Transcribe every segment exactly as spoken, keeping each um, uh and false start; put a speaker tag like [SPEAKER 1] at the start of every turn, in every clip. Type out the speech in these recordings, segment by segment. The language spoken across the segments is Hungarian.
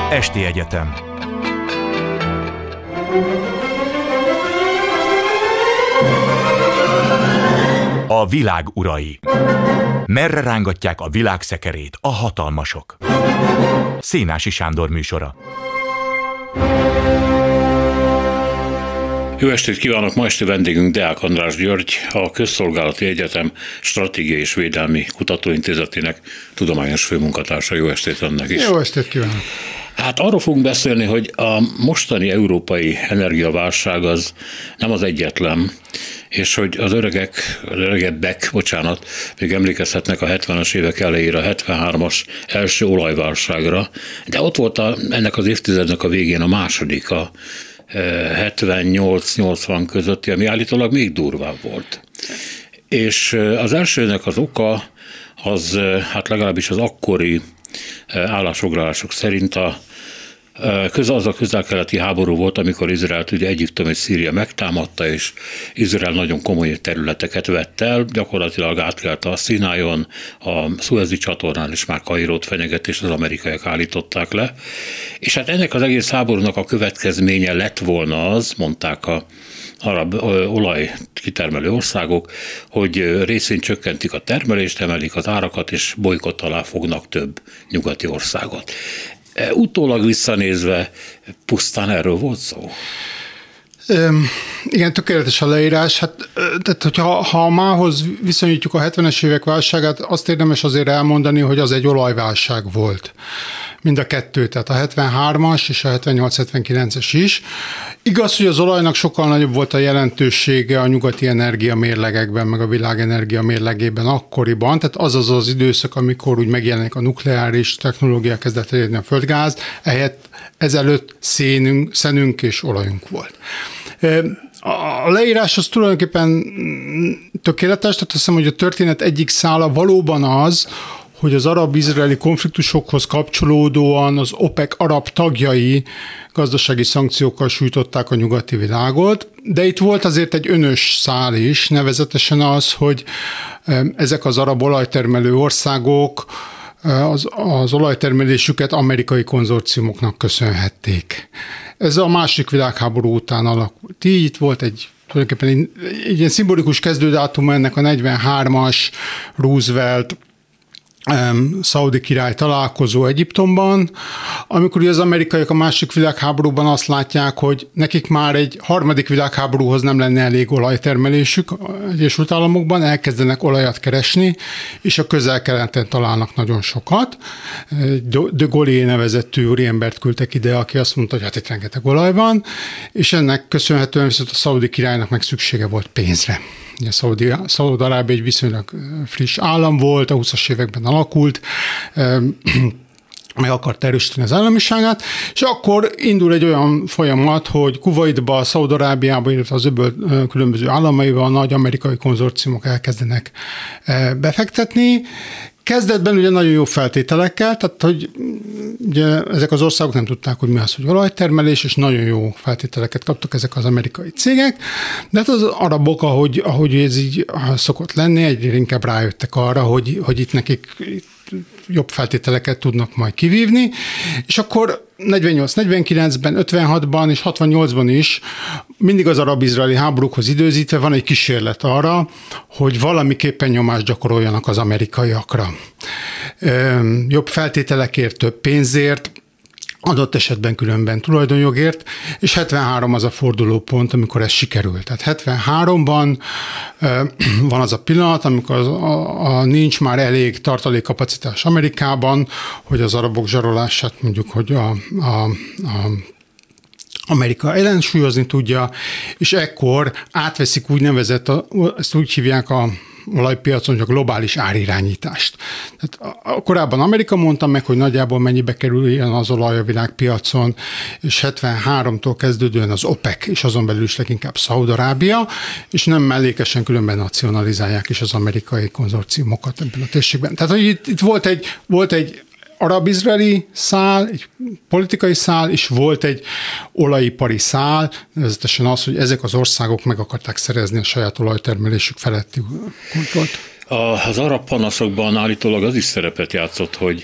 [SPEAKER 1] Esti Egyetem. A világ urai. Merre rángatják a világ szekerét a hatalmasok? Szénási Sándor műsora.
[SPEAKER 2] Jó estét kívánok! Ma esti vendégünk Deák András György, a Közszolgálati Egyetem Stratégiai és Védelmi Kutatóintézetének tudományos főmunkatársa. Jó estét önnek is!
[SPEAKER 3] Jó estét kívánok!
[SPEAKER 2] Hát arról fogunk beszélni, hogy a mostani európai energiaválság az nem az egyetlen, és hogy az öregek, az öregebbek, bocsánat, még emlékezhetnek a hetvenes évek elejére, a hetvenhármas első olajválságra, de ott volt a, ennek az évtizednek a végén a második, a hetvennyolc-nyolcvan közötti, ami állítólag még durvább volt. És az elsőnek az oka, az hát legalábbis az akkori állásfoglalások szerint a az a közel-keleti háború volt, amikor Izraelt ugye Egyiptom és Szíria megtámadta, és Izrael nagyon komoly területeket vett el, gyakorlatilag átkelte a Szinájon, a Szuezi csatornán is már Kairót fenyeget, és az amerikaiak állították le. És hát ennek az egész háborúnak a következménye lett volna az, mondták a arab olaj kitermelő országok, hogy részén csökkentik a termelést, emelik az árakat, és bolykott alá fognak több nyugati országot. Utólag visszanézve pusztán erről volt szó?
[SPEAKER 3] Um, igen, tökéletes a leírás. Hát, tehát, hogyha ha a mához viszonyítjuk a hetvenes évek válságát, azt érdemes azért elmondani, hogy az egy olajválság volt. Mind a kettő, tehát a hetvenhármas és a hetvennyolc hetvenkilences is. Igaz, hogy az olajnak sokkal nagyobb volt a jelentősége a nyugati energiamérlegekben, meg a világ energiamérlegében akkoriban, tehát az az az időszak, amikor úgy megjelenik a nukleáris technológia, kezdett elérni a földgáz, ehelyett ezelőtt szénünk, szenünk és olajunk volt. A leírás az tulajdonképpen tökéletes, tehát azt hiszem, hogy a történet egyik szála valóban az, hogy az arab-izraeli konfliktusokhoz kapcsolódóan az OPEC arab tagjai gazdasági szankciókkal sújtották a nyugati világot, de itt volt azért egy önös szál is, nevezetesen az, hogy ezek az arab olajtermelő országok az, az olajtermelésüket amerikai konzorciumoknak köszönhették. Ez a második világháború után alakult. Így itt volt egy tulajdonképpen egy, egy ilyen szimbolikus kezdődátum ennek a negyvenhármas Roosevelt szaudi király találkozó Egyiptomban, amikor ugye az amerikaiak a második világháborúban azt látják, hogy nekik már egy harmadik világháborúhoz nem lenne elég olajtermelésük az Egyesült Államokban, elkezdenek olajat keresni, és a közel-keleten találnak nagyon sokat. De Gaulle nevezettű úriembert küldtek ide, aki azt mondta, hogy hát itt rengeteg olaj van, és ennek köszönhetően viszont a szaudi királynak meg szüksége volt pénzre. Ugye Szaúd-Arábia egy viszonylag friss állam volt, a huszas években alakult, meg akart erősíteni az államiságát, és akkor indul egy olyan folyamat, hogy Kuwaitba, Szaúd-Arábiába, illetve az öböl különböző államaiba a nagy amerikai konzorciumok elkezdenek befektetni. Kezdetben ugye nagyon jó feltételekkel, tehát hogy ugye ezek az országok nem tudták, hogy mi az, hogy olajtermelés, és nagyon jó feltételeket kaptak ezek az amerikai cégek, de hát az arabok, ahogy, ahogy ez így szokott lenni, egyre inkább rájöttek arra, hogy, hogy itt nekik jobb feltételeket tudnak majd kivívni, és akkor negyvennyolc negyvenkilencben, ötvenhatban és hatvannyolcban is mindig az arab-izraeli háborúkhoz időzítve van egy kísérlet arra, hogy valamiképpen nyomást gyakoroljanak az amerikaiakra. Jobb feltételekért, több pénzért, adott esetben különben tulajdonjogért, és hetvenhárom az a fordulópont, amikor ez sikerült. Tehát hetvenháromban van az a pillanat, amikor az, a, a, nincs már elég tartalékkapacitás Amerikában, hogy az arabok zsarolását mondjuk, hogy a, a, a Amerika ellensúlyozni tudja, és ekkor átveszik úgynevezett, ezt úgy hívják a olajpiacon, csak globális árirányítást. Tehát korábban Amerika mondta meg, hogy nagyjából mennyibe kerül ilyen az olaj a világpiacon, és hetvenháromtól kezdődően az OPEC, és azon belül is leginkább Szaúd-Arábia, és nem mellékesen különben nacionalizálják is az amerikai konzorciumokat ebben a térségben. Tehát, hogy itt, itt volt egy, volt egy arab-izraeli szál, egy politikai szál, és volt egy olajipari szál, nevezetesen az, hogy ezek az országok meg akarták szerezni a saját olajtermelésük feletti kontrollt.
[SPEAKER 2] Az arab panaszokban állítólag az is szerepet játszott, hogy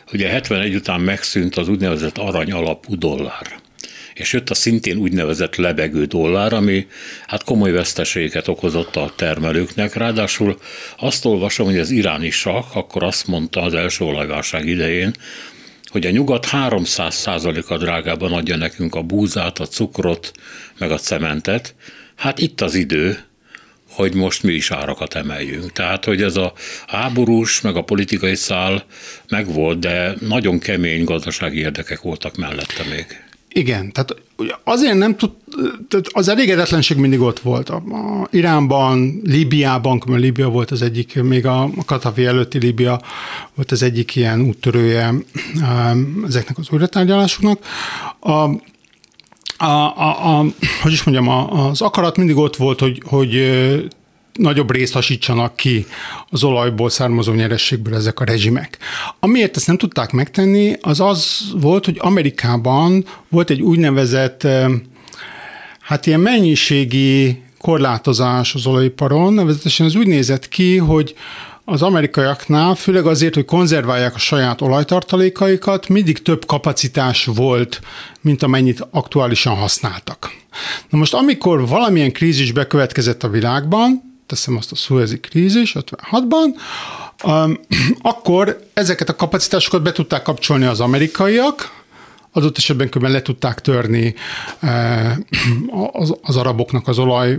[SPEAKER 2] ugye hetvenegy után megszűnt az úgynevezett arany alapú dollár. És jött a szintén úgynevezett lebegő dollár, ami hát komoly veszteségeket okozott a termelőknek. Ráadásul azt olvasom, hogy az iráni sah akkor azt mondta az első olajválság idején, hogy a nyugat háromszáz százaléka drágában adja nekünk a búzát, a cukrot, meg a cementet. Hát itt az idő, hogy most mi is árakat emeljünk. Tehát, hogy ez a háborús, meg a politikai szál megvolt, de nagyon kemény gazdasági érdekek voltak mellette még.
[SPEAKER 3] Igen, tehát azért nem tud, az elégedetlenség mindig ott volt. A, a Iránban, Líbiában, mert Líbia volt az egyik, még a Kadhafi előtti Líbia volt az egyik ilyen úttörője ezeknek az újratárgyalásoknak. A, a, a, a, hogy is mondjam, az akarat mindig ott volt, hogy, hogy nagyobb részt hasítsanak ki az olajból származó nyerességből ezek a rezsimek. Amiért ezt nem tudták megtenni, az az volt, hogy Amerikában volt egy úgynevezett, hát ilyen mennyiségi korlátozás az olajiparon, nevezetesen az úgy nézett ki, hogy az amerikaiaknál, főleg azért, hogy konzerválják a saját olajtartalékaikat, mindig több kapacitás volt, mint amennyit aktuálisan használtak. Na most, amikor valamilyen krízis bekövetkezett a világban, teszem azt a szuezi krízis ötvenhatban, um, akkor ezeket a kapacitásokat be tudták kapcsolni az amerikaiak, adott esetben különben le tudták törni az, az araboknak az olaj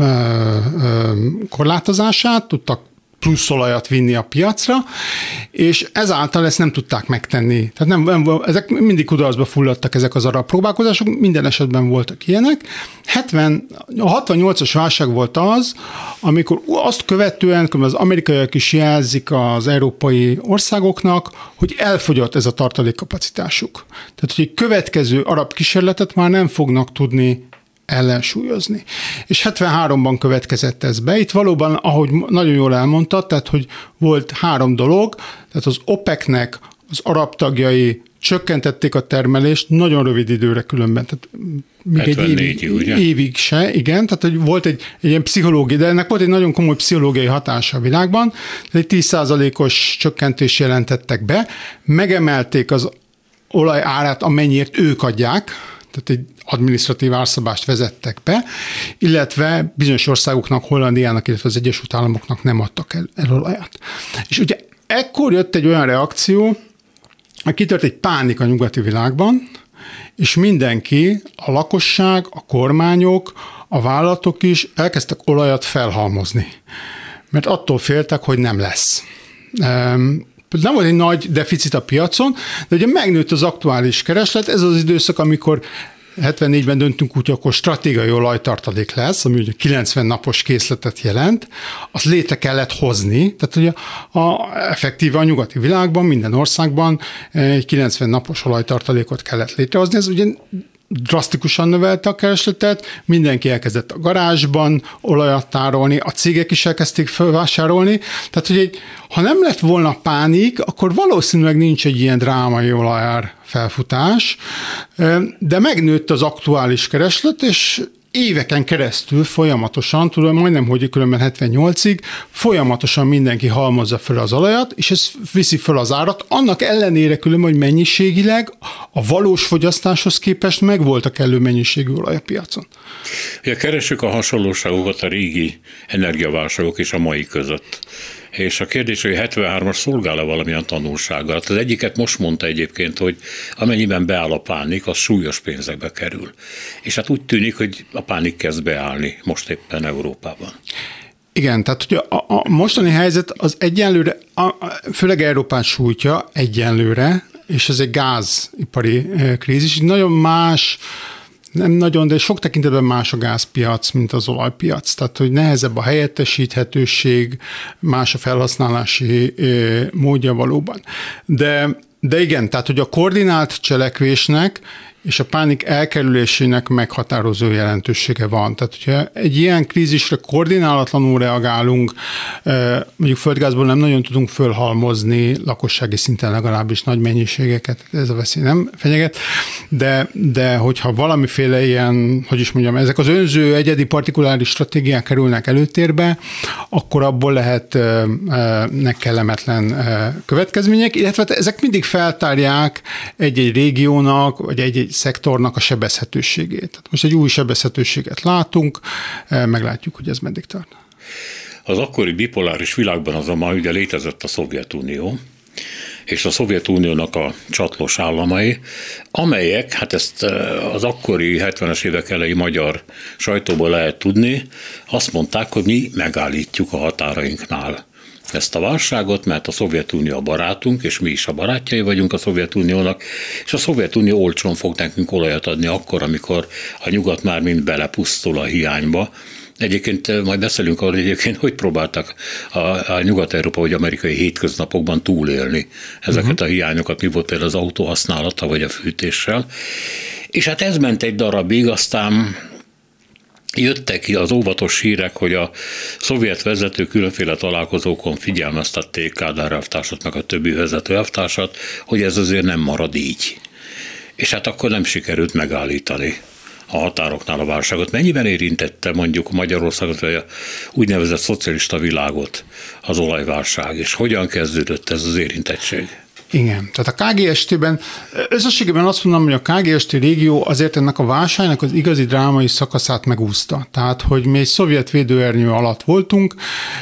[SPEAKER 3] korlátozását, tudtak plusz olajat vinni a piacra, és ezáltal ezt nem tudták megtenni. Tehát nem, nem, ezek mindig kudarcba fulladtak ezek az arab próbálkozások, minden esetben voltak ilyenek. hetven, a hatvannyolcas válság volt az, amikor azt követően az amerikaiak is jelzik az európai országoknak, hogy elfogyott ez a tartalékkapacitásuk. Tehát, hogy egy következő arab kísérletet már nem fognak tudni ellensúlyozni. És hetvenháromban következett ez be. Itt valóban, ahogy nagyon jól elmondtad, tehát, hogy volt három dolog, tehát az OPEC-nek az arab tagjai csökkentették a termelést nagyon rövid időre különben. Tehát még egy évig, évig se, igen, tehát hogy volt egy, egy ilyen pszichológiai, de ennek volt egy nagyon komoly pszichológiai hatása a világban, egy tíz százalékos csökkentés jelentettek be, megemelték az olaj árát, amennyiért ők adják, tehát egy adminisztratív árszabást vezettek be, illetve bizonyos országoknak, Hollandiának, illetve az Egyesült Államoknak nem adtak el, el olajat. És ugye ekkor jött egy olyan reakció, hogy kitört egy pánik a nyugati világban, és mindenki, a lakosság, a kormányok, a vállalatok is elkezdtek olajat felhalmozni. Mert attól féltek, hogy nem lesz. Nem volt egy nagy deficit a piacon, de ugye megnőtt az aktuális kereslet, ez az időszak, amikor hetvennégyben döntünk úgy, akkor stratégiai olajtartalék lesz, ami ugye kilencven napos készletet jelent, azt létre kellett hozni, tehát ugye a, a, effektíve a nyugati világban, minden országban egy kilencven napos olajtartalékot kellett létrehozni, ez ugye drasztikusan növelte a keresletet, mindenki elkezdett a garázsban olajat tárolni, a cégek is elkezdték felvásárolni, tehát hogy egy, ha nem lett volna pánik, akkor valószínűleg nincs egy ilyen drámai olajár felfutás, de megnőtt az aktuális kereslet, és éveken keresztül folyamatosan, tudom, majdnem, hogy különben hetvennyolcig, folyamatosan mindenki halmozza fel az olajat, és ez viszi fel az árat, annak ellenére különben, hogy mennyiségileg a valós fogyasztáshoz képest megvolt a kellő mennyiségű olaj a piacon.
[SPEAKER 2] Ja, keressük a hasonlóságokat a régi energiaválságok és a mai között. És a kérdés, hogy hetvenhármas szolgál-e valamilyen tanulsággal? Az egyiket most mondta egyébként, hogy amennyiben beáll a pánik, az súlyos pénzekbe kerül. És hát úgy tűnik, hogy a pánik kezd beállni most éppen Európában.
[SPEAKER 3] Igen, tehát hogy a, a mostani helyzet az egyenlőre, a, főleg Európát sújtja egyenlőre, és ez egy gázipari krízis, nagyon más, nem nagyon, de sok tekintetben más a gázpiac, mint az olajpiac. Tehát, hogy nehezebb a helyettesíthetőség, más a felhasználási módja valóban. De, de igen, tehát, hogy a koordinált cselekvésnek és a pánik elkerülésének meghatározó jelentősége van. Tehát, hogyha egy ilyen krízisre koordinálatlanul reagálunk, mondjuk földgázból nem nagyon tudunk fölhalmozni, lakossági szinten legalábbis nagy mennyiségeket, ez a veszély nem fenyeget, de, de hogyha valamiféle ilyen, hogy is mondjam, ezek az önző egyedi partikuláris stratégiák kerülnek előtérbe, akkor abból lehetnek kellemetlen következmények, illetve ezek mindig feltárják egy-egy régiónak, vagy egy-egy szektornak a sebezhetőségét. Tehát most egy új sebezhetőséget látunk, meglátjuk, hogy ez meddig tart.
[SPEAKER 2] Az akkori bipoláris világban azonban ugye létezett a Szovjetunió, és a Szovjetuniónak a csatlos államai, amelyek, hát ezt az akkori hetvenes évek elejé magyar sajtóból lehet tudni, azt mondták, hogy mi megállítjuk a határainknál ezt a válságot, mert a Szovjetunió a barátunk, és mi is a barátjai vagyunk a Szovjetuniónak, és a Szovjetunió olcsón fog nekünk olajat adni akkor, amikor a nyugat már mind belepusztul a hiányba. Egyébként majd beszélünk arról, hogy egyébként hogy próbáltak a, a nyugat-európa vagy amerikai hétköznapokban túlélni ezeket uh-huh. a hiányokat, mi volt például az autó használata vagy a fűtéssel. És hát ez ment egy darabig, aztán jöttek ki az óvatos hírek, hogy a szovjet vezető különféle találkozókon figyelmeztették Kádár elvtársat, meg a többi vezető elvtársat, hogy ez azért nem marad így. És hát akkor nem sikerült megállítani a határoknál a válságot. Mennyiben érintette mondjuk Magyarországot, vagy a úgynevezett szocialista világot az olajválság, és hogyan kezdődött ez az érintettség?
[SPEAKER 3] Igen, tehát a ká gé es té-ben, összességében azt mondom, hogy a ká gé es té régió azért ennek a válságnak az igazi drámai szakaszát megúszta. Tehát, hogy mi egy szovjet védőernyő alatt voltunk,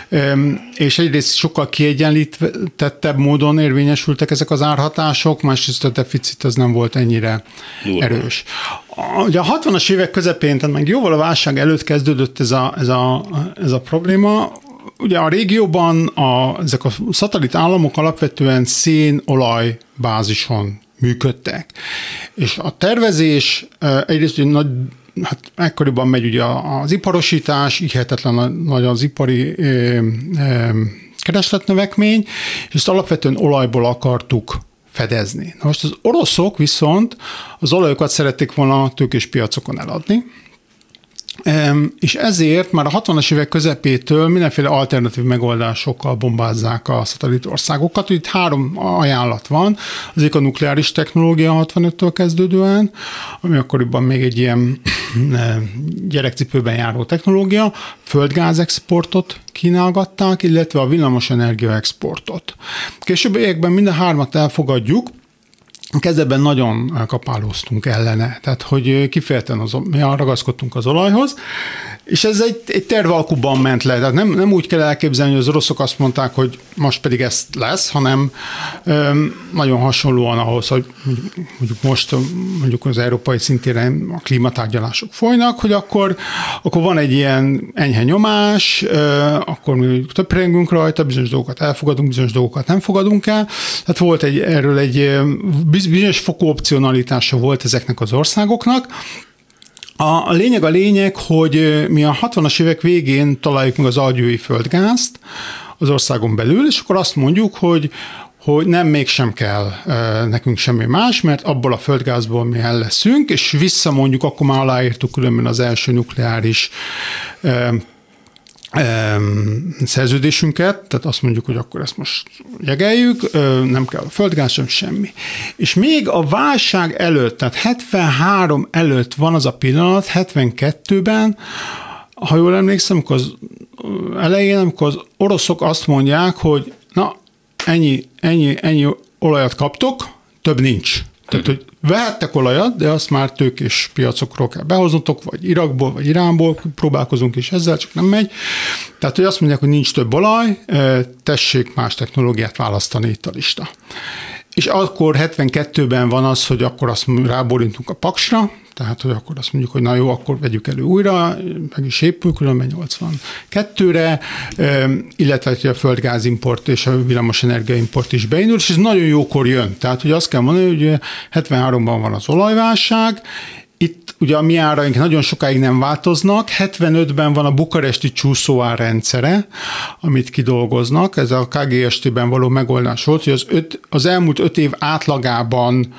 [SPEAKER 3] és egyrészt sokkal kiegyenlítettebb módon érvényesültek ezek az árhatások, másrészt a deficit az nem volt ennyire Durva. erős. Ugye a hatvanas évek közepén, tehát meg jóval a válság előtt kezdődött ez a, ez a, ez a probléma. Ugye a régióban a, ezek a szatellit államok alapvetően szén-olaj bázison működtek. És a tervezés egyrészt hogy nagy, hát ekkoriban megy ugye az iparosítás, hihetetlen nagy az ipari e, e, keresletnövekmény, és ezt alapvetően olajból akartuk fedezni. Na most az oroszok viszont az olajokat szerették volna a tőkés piacokon eladni, és ezért már a hatvanas évek közepétől mindenféle alternatív megoldásokkal bombázzák a szatellit országokat. Itt három ajánlat van. Az egyik a nukleáris technológia hatvanöttől kezdődően, ami akkoriban még egy ilyen gyerekcipőben járó technológia, földgáz exportot kínálgatták, illetve a villamosenergia exportot. Későbbiekben mind a hármat elfogadjuk, kezdetben nagyon kapálóztunk ellene, tehát hogy kifejezetten az, mi ragaszkodtunk az olajhoz, és ez egy, egy tervalkuban ment le, tehát nem, nem úgy kell elképzelni, hogy az oroszok azt mondták, hogy most pedig ez lesz, hanem öm, nagyon hasonlóan ahhoz, hogy mondjuk most mondjuk az európai szintéren a klímatárgyalások folynak, hogy akkor, akkor van egy ilyen enyhe nyomás, ö, akkor mi töprengünk rajta, bizonyos dolgokat elfogadunk, bizonyos dolgokat nem fogadunk el. Tehát volt egy, erről egy bizonyos fokú opcionalitása volt ezeknek az országoknak. A lényeg a lényeg, hogy mi a hatvanas évek végén találjuk meg az algyői földgázt az országon belül, és akkor azt mondjuk, hogy, hogy nem, mégsem kell nekünk semmi más, mert abból a földgázból mi el leszünk, és visszamondjuk, akkor már aláírtuk különben az első nukleáris szerződésünket, tehát azt mondjuk, hogy akkor ezt most jegeljük, nem kell a földgáz, sem semmi. És még a válság előtt, tehát hetvenhárom előtt van az a pillanat, hetvenkettőben, ha jól emlékszem, amikor az elején, amikor az oroszok azt mondják, hogy na, ennyi, ennyi, ennyi olajat kaptok, több nincs. Tehát, hogy vehettek olajat, de azt már tőkés piacokról kell behoznotok, vagy Irakból, vagy Iránból, próbálkozunk is ezzel, csak nem megy. Tehát, hogy azt mondják, hogy nincs több olaj, tessék más technológiát választani, itt a lista. És akkor hetvenkettőben van az, hogy akkor azt rábólintunk a paksra, tehát, hogy akkor azt mondjuk, hogy na jó, akkor vegyük elő újra, meg is épül, különben nyolcvankettőre, illetve hogy a földgázimport és a villamosenergiaimport is beindul, és ez nagyon jókor jön. Tehát, hogy azt kell mondani, hogy hetvenháromban van az olajválság, itt ugye a mi áraink nagyon sokáig nem változnak, hetvenötben van a bukaresti csúszóár rendszere, amit kidolgoznak, ez a ká gé es té-ben való megoldás volt, hogy az, öt, az elmúlt öt év átlagában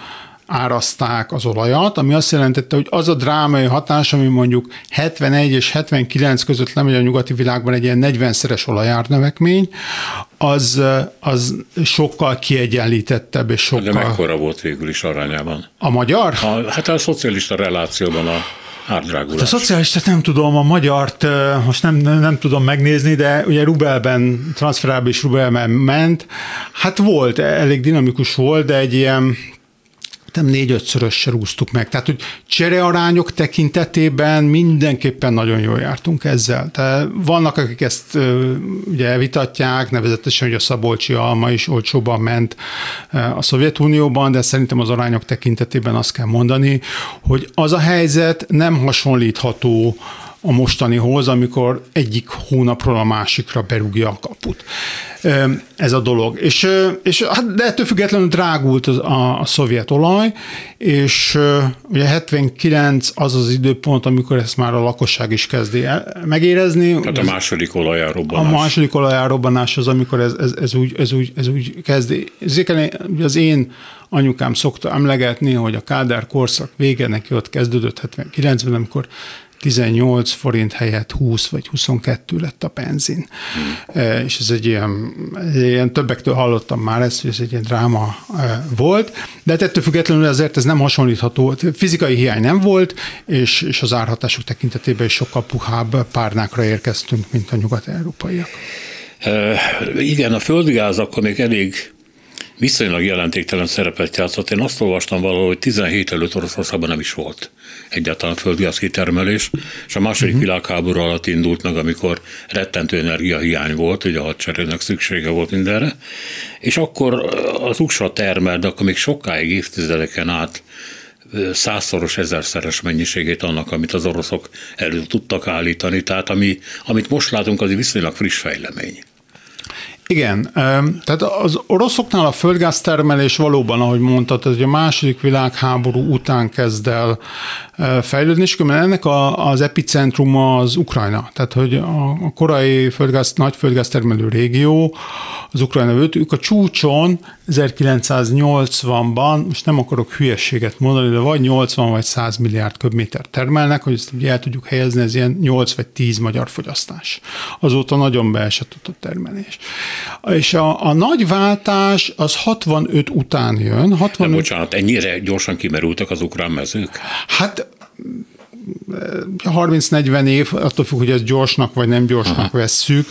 [SPEAKER 3] áraszták az olajat, ami azt jelentette, hogy az a drámai hatás, ami mondjuk hetvenegy és hetvenkilenc között lemegy a nyugati világban egy ilyen negyvenszeres olajárnövekmény, az, az sokkal kiegyenlítettebb és sokkal...
[SPEAKER 2] De mekkora volt végül is arányában?
[SPEAKER 3] A magyar?
[SPEAKER 2] A, hát a szocialista relációban a árdrágulás.
[SPEAKER 3] A szocialistát nem tudom, a magyart most nem, nem, nem tudom megnézni, de ugye rubelben, transferábilis rubelben ment. Hát volt, elég dinamikus volt, de egy ilyen nem négy-ötszörössel rúztuk meg. Tehát, hogy cserearányok tekintetében mindenképpen nagyon jól jártunk ezzel. Tehát vannak, akik ezt ugye vitatják, nevezetesen, hogy a szabolcsi alma is olcsóban ment a Szovjetunióban, de szerintem az arányok tekintetében azt kell mondani, hogy az a helyzet nem hasonlítható a mostanihoz, amikor egyik hónapról a másikra berúgja a kaput. Ez a dolog. És, és hát, de ettől függetlenül drágult az, a, a szovjet olaj, és ugye hetvenkilenc az az időpont, amikor ezt már a lakosság is kezdi megérezni.
[SPEAKER 2] Tehát a második olajárrobbanás.
[SPEAKER 3] A második olajárrobbanás az, amikor ez, ez, ez, úgy, ez, úgy, ez úgy kezdi. Az én anyukám szokta emlegetni, hogy a Kádár korszak vége neki ott kezdődött hetvenkilencben, amikor tizennyolc forint helyett húsz vagy huszonkettő lett a benzin. Hmm. És ez egy ilyen, ilyen, többektől hallottam már ezt, hogy ez egy ilyen dráma volt, de hát ettől függetlenül ezért ez nem hasonlítható. Fizikai hiány nem volt, és, és az árhatások tekintetében is sokkal puhább párnákra érkeztünk, mint a nyugat-európaiak.
[SPEAKER 2] E, igen, a földgáz akkor még elég viszonylag jelentéktelen szerepet játszott. Én azt olvastam valahol, hogy tizenhét előtt Oroszországban nem is volt egyáltalán földgáz kitermelés, és a második uh-huh. világháború alatt indult meg, amikor rettentő energiahiány volt, ugye a hadseregnek szüksége volt mindenre, és akkor az u es á termelt, de akkor még sokáig, évtizedeken át százszoros, ezerszeres mennyiségét annak, amit az oroszok elő tudtak állítani, tehát ami, amit most látunk, az viszonylag friss fejlemény.
[SPEAKER 3] Igen, tehát az oroszoknál a földgáztermelés valóban, ahogy mondtad, hogy a második világháború után kezd el fejlődni, és ennek a, az epicentruma az Ukrajna. Tehát, hogy a korai földgáz, nagy földgáztermelő régió, az Ukrajna volt, ők a csúcson ezerkilencszáznyolcvanban, most nem akarok hülyességet mondani, de vagy nyolcvan vagy száz milliárd köbméter termelnek, hogy ezt el tudjuk helyezni, ez ilyen nyolc vagy tíz magyar fogyasztás. Azóta nagyon beesett a termelés. És a, a nagy váltás az hatvanöt után jön. hatvanöt...
[SPEAKER 2] De bocsánat, ennyire gyorsan kimerültek az ukrán mezők?
[SPEAKER 3] Hát harminc-negyven év, attól függ, hogy ez gyorsnak vagy nem gyorsnak Aha. vesszük,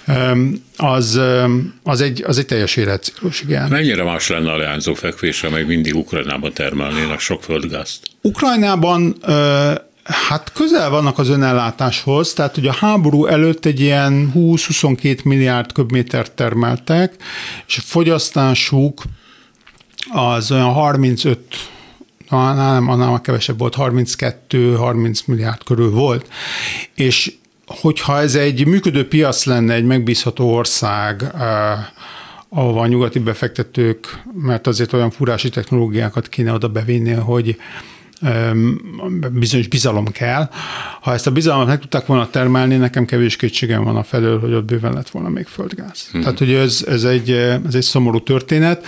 [SPEAKER 3] az, az, egy, az egy teljes életciklus, igen.
[SPEAKER 2] Mennyire más lenne a leányzó fekvése, meg mindig Ukrajnában termelnének sok földgázt?
[SPEAKER 3] Ukrajnában hát közel vannak az önellátáshoz, tehát hogy a háború előtt egy ilyen húsz-huszonkettő milliárd köbmétert termeltek, és a fogyasztásuk az olyan harmincöt, nem, annál kevesebb volt, harminckettő-harminc milliárd körül volt. És hogyha ez egy működő piac lenne, egy megbízható ország, ahova a nyugati befektetők, mert azért olyan furási technológiákat kéne oda bevinni, hogy bizonyos bizalom kell. Ha ezt a bizalmat meg tudták volna termelni, nekem kevés kétségem van a felől, hogy ott bőven lett volna még földgáz. Hmm. Tehát, hogy ez, ez, egy, ez egy szomorú történet,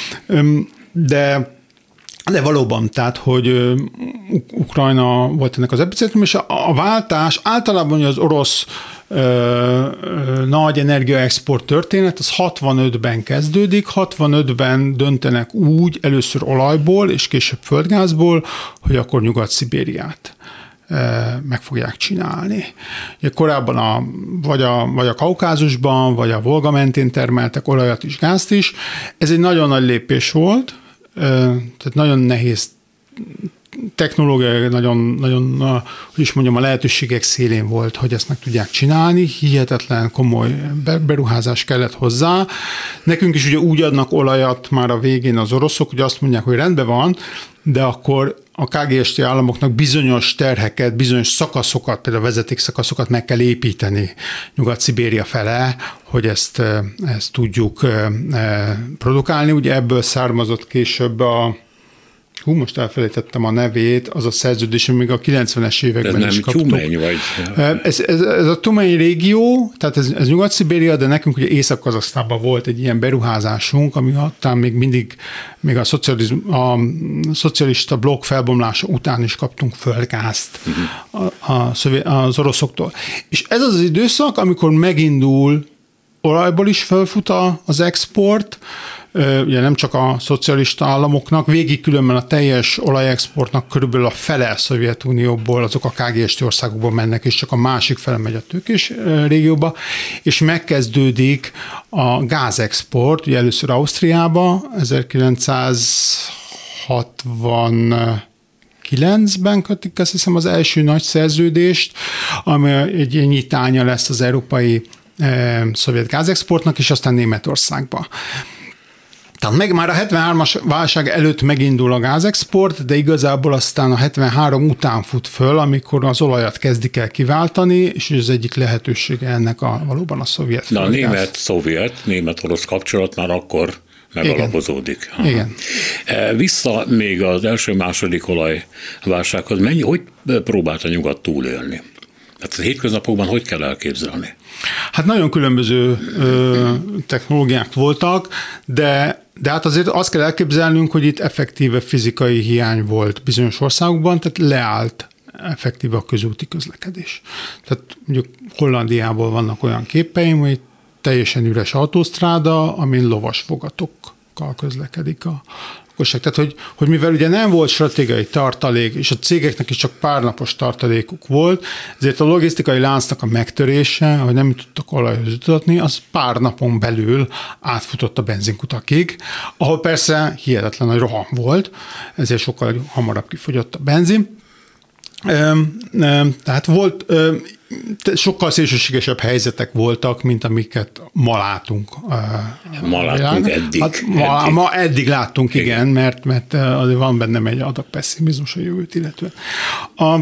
[SPEAKER 3] de De valóban, tehát, hogy Ukrajna volt ennek az epicentrum, és a, a váltás általában az orosz ö, ö, nagy energiaexport történet, az hatvanötben kezdődik, hatvanötben döntenek úgy, először olajból, és később földgázból, hogy akkor Nyugat-Szibériát meg fogják csinálni. Ugye korábban a, vagy, a, vagy a Kaukázusban, vagy a Volga mentén termeltek olajat is, gázt is. Ez egy nagyon nagy lépés volt, tehát nagyon nehéz technológia, nagyon, nagyon, hogy is mondjam, a lehetőségek szélén volt, hogy ezt meg tudják csinálni, hihetetlen komoly beruházás kellett hozzá. Nekünk is ugye úgy adnak olajat már a végén az oroszok, hogy azt mondják, hogy rendben van, de akkor a ká gé es té államoknak bizonyos terheket, bizonyos szakaszokat, például vezetékszakaszokat meg kell építeni Nyugat-Szibéria fele, hogy ezt, ezt tudjuk produkálni. Ugye ebből származott később a hú, most elfelejtettem a nevét, az a szerződés, még a kilencvenes években
[SPEAKER 2] ez
[SPEAKER 3] is
[SPEAKER 2] nem
[SPEAKER 3] kaptuk.
[SPEAKER 2] Tyumeny, vagy?
[SPEAKER 3] Ez, ez, ez a Tyumeny régió, tehát ez, ez Nyugat-Szibéria, de nekünk ugye Észak-Kazahsztánban volt egy ilyen beruházásunk, ami aztán még mindig, még a, a szocialista blokk felbomlása után is kaptunk földgázt uh-huh. a, a szövé, az oroszoktól. És ez az az időszak, amikor megindul olajból is felfut az export, ugye nem csak a szocialista államoknak, végig különben a teljes olajexportnak körülbelül a fele a Szovjetunióból, azok a ká gé es té országokból mennek, és csak a másik fele megy a tőkés régióba, és megkezdődik a gázexport, ugye először Ausztriába, ezerkilencszázhatvankilencben kötik, azt hiszem, az első nagy szerződést, ami egy nyitánya lesz az európai eh, szovjet gázexportnak, és aztán Németországba. Tehát meg már a hetvenhármas válság előtt megindul a gázexport, de igazából aztán a hetvenhárom után fut föl, amikor az olajat kezdik el kiváltani, és az egyik lehetősége ennek a, valóban a szovjet
[SPEAKER 2] Na, a német-szovjet, német-orosz kapcsolat már akkor megalapozódik.
[SPEAKER 3] Igen.
[SPEAKER 2] Igen. Vissza még az első-második olajválsághoz, mennyi, hogy próbált a nyugat túlélni? Hát a hétköznapokban hogy kell elképzelni?
[SPEAKER 3] Hát nagyon különböző ö, technológiák voltak, de, de hát azért azt kell elképzelnünk, hogy itt effektíve fizikai hiány volt bizonyos országokban, tehát leállt effektíve a közúti közlekedés. Tehát mondjuk Hollandiából vannak olyan képeim, hogy teljesen üres autósztráda, amin lovas fogatokkal közlekedik a lakosság. Tehát, hogy, hogy mivel ugye nem volt stratégiai tartalék, és a cégeknek is csak pár napos tartalékuk volt, ezért a logisztikai láncnak a megtörése, hogy nem tudtak olajhoz jutatni, az pár napon belül átfutott a benzinkutakig, ahol persze hihetetlen nagy roham volt, ezért sokkal hamarabb kifogyott a benzin. Tehát volt, sokkal szélsőségesebb helyzetek voltak, mint amiket ma látunk.
[SPEAKER 2] Ma láttunk eddig.
[SPEAKER 3] Hát ma,
[SPEAKER 2] eddig.
[SPEAKER 3] ma eddig láttunk, igen, igen mert, mert azért van bennem egy adag pesszimizmus a jövőt illetően. A, a,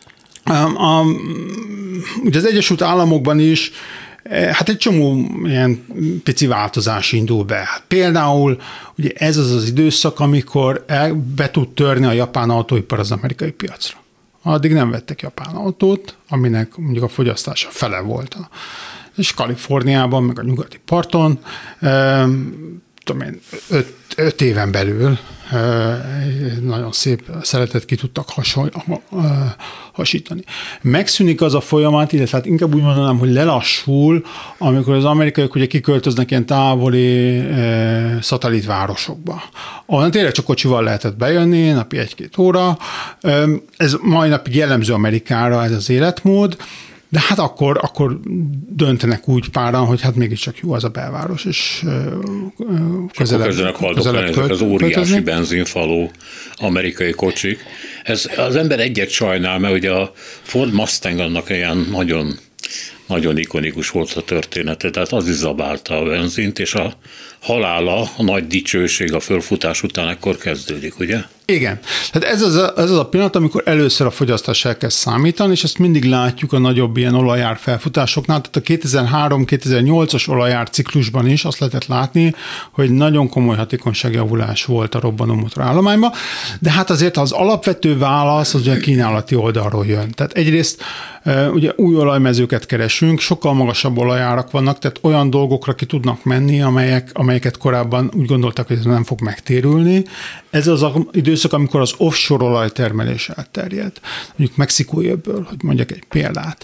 [SPEAKER 3] a, ugye az Egyesült Államokban is hát egy csomó ilyen pici változás indul be. Például ugye ez az az időszak, amikor be tud törni a japán autóipar az amerikai piacra. Addig nem vettek japán autót, aminek mondjuk a fogyasztása fele volt. És Kaliforniában, meg a nyugati parton, e, tudom én, öt, öt éven belül e, nagyon szép szeletet ki tudtak hasonl, e, hasítani. Megszűnik az a folyamat, illetve hát inkább úgy mondanám, hogy lelassul, amikor az amerikaiak ugye kiköltöznek ilyen távoli e, szatellitvárosokba. Ahol tényleg csak kocsival lehetett bejönni, napi egy-két óra. E, ez mai napig jellemző Amerikára ez az életmód, de hát akkor, akkor döntenek úgy páran, hogy hát mégiscsak jó az a belváros, és közelebb,
[SPEAKER 2] kezdenek haldokálni ezek az óriási költözni. Benzinfaló amerikai kocsik. Ez, az ember egyet sajnál, mert ugye a Ford Mustang annak ilyen nagyon, nagyon ikonikus volt a története, tehát az is zabálta a benzint, és a halála, a nagy dicsőség a fölfutás után ekkor kezdődik, ugye?
[SPEAKER 3] Igen. Tehát ez az, a, ez az a pillanat, amikor először a fogyasztás elkezd számítani, és ezt mindig látjuk a nagyobb ilyen olajár felfutásoknál. Tehát a kétezer-három-kétezer-nyolcas olajár ciklusban is azt lehetett látni, hogy nagyon komoly hatékonyságjavulás volt a robbanómotor állományban, de hát azért az alapvető válasz az ugye a kínálati oldalról jön. Tehát egyrészt ugye új olajmezőket keresünk, sokkal magasabb olajárak vannak, tehát olyan dolgokra ki tudnak menni, amelyek, amelyeket korábban úgy gondoltak, hogy ez nem fog megtérülni. Ez az az időszak, amikor az offshore olajtermelés elterjedt. Mondjuk Mexikói öböl, hogy mondjak egy példát,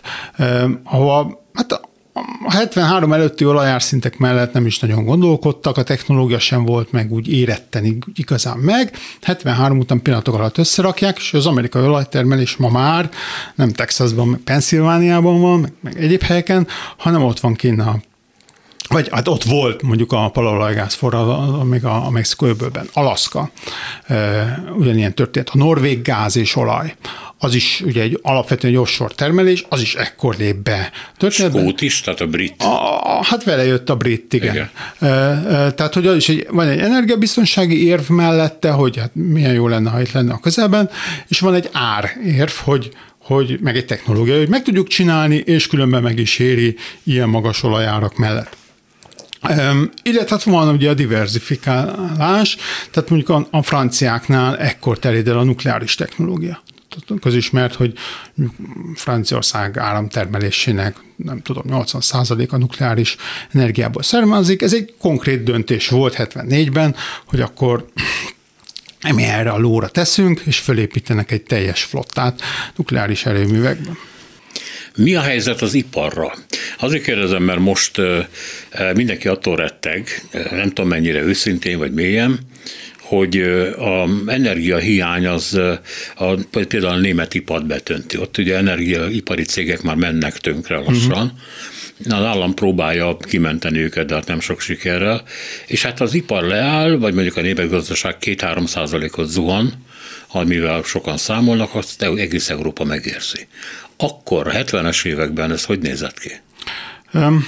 [SPEAKER 3] ahol hát a hetvenhárom előtti olajárszintek mellett nem is nagyon gondolkodtak, a technológia sem volt meg úgy éretten igazán meg. hetvenhárom után pillanatok alatt összerakják, és az amerikai olajtermelés ma már nem Texasban, meg Pennsylvániában van, meg, meg egyéb helyeken, hanem ott van kint a vagy hát ott volt mondjuk a palaolajgáz forralva, még a, a Mexikói öbölben, Alaszka, e, ugyanilyen történt. A norvég gáz és olaj, az is ugye egy alapvetően egy offshore termelés, az is ekkor lép be.
[SPEAKER 2] Skót is, tehát a brit.
[SPEAKER 3] A, a, hát vele jött a brit, igen. igen. E, e, tehát, hogy az is egy, van egy energiabiztonsági érv mellette, hogy hát milyen jó lenne, ha itt lenne a közelben, és van egy árérv, hogy hogy meg egy technológia, hogy meg tudjuk csinálni, és különben meg is éri ilyen magas olajárak mellett. Um, illetve hát van ugye a diversifikálás, tehát mondjuk a, a franciáknál ekkor terjed el a nukleáris technológia. Közismert, hogy Franciaország áramtermelésének, nem tudom, nyolcvan százaléka nukleáris energiából származik. Ez egy konkrét döntés volt hetvennégyben, hogy akkor mi erre a lóra teszünk, és fölépítenek egy teljes flottát nukleáris erőművekben.
[SPEAKER 2] Mi a helyzet az iparra? Azért kérdezem, mert most mindenki attól retteg, nem tudom mennyire őszintén vagy mélyen, hogy az energiahiány az a, például a német ipart betönti. Ott ugye energiaipari cégek már mennek tönkre lassan. Uh-huh. Az állam próbálja kimenteni őket, de hát nem sok sikerrel. És hát az ipar leáll, vagy mondjuk a német gazdaság két-három százalékot zuhan, amivel sokan számolnak, azt egész Európa megérzi. Akkor a hetvenes években ez hogy nézett ki? Um.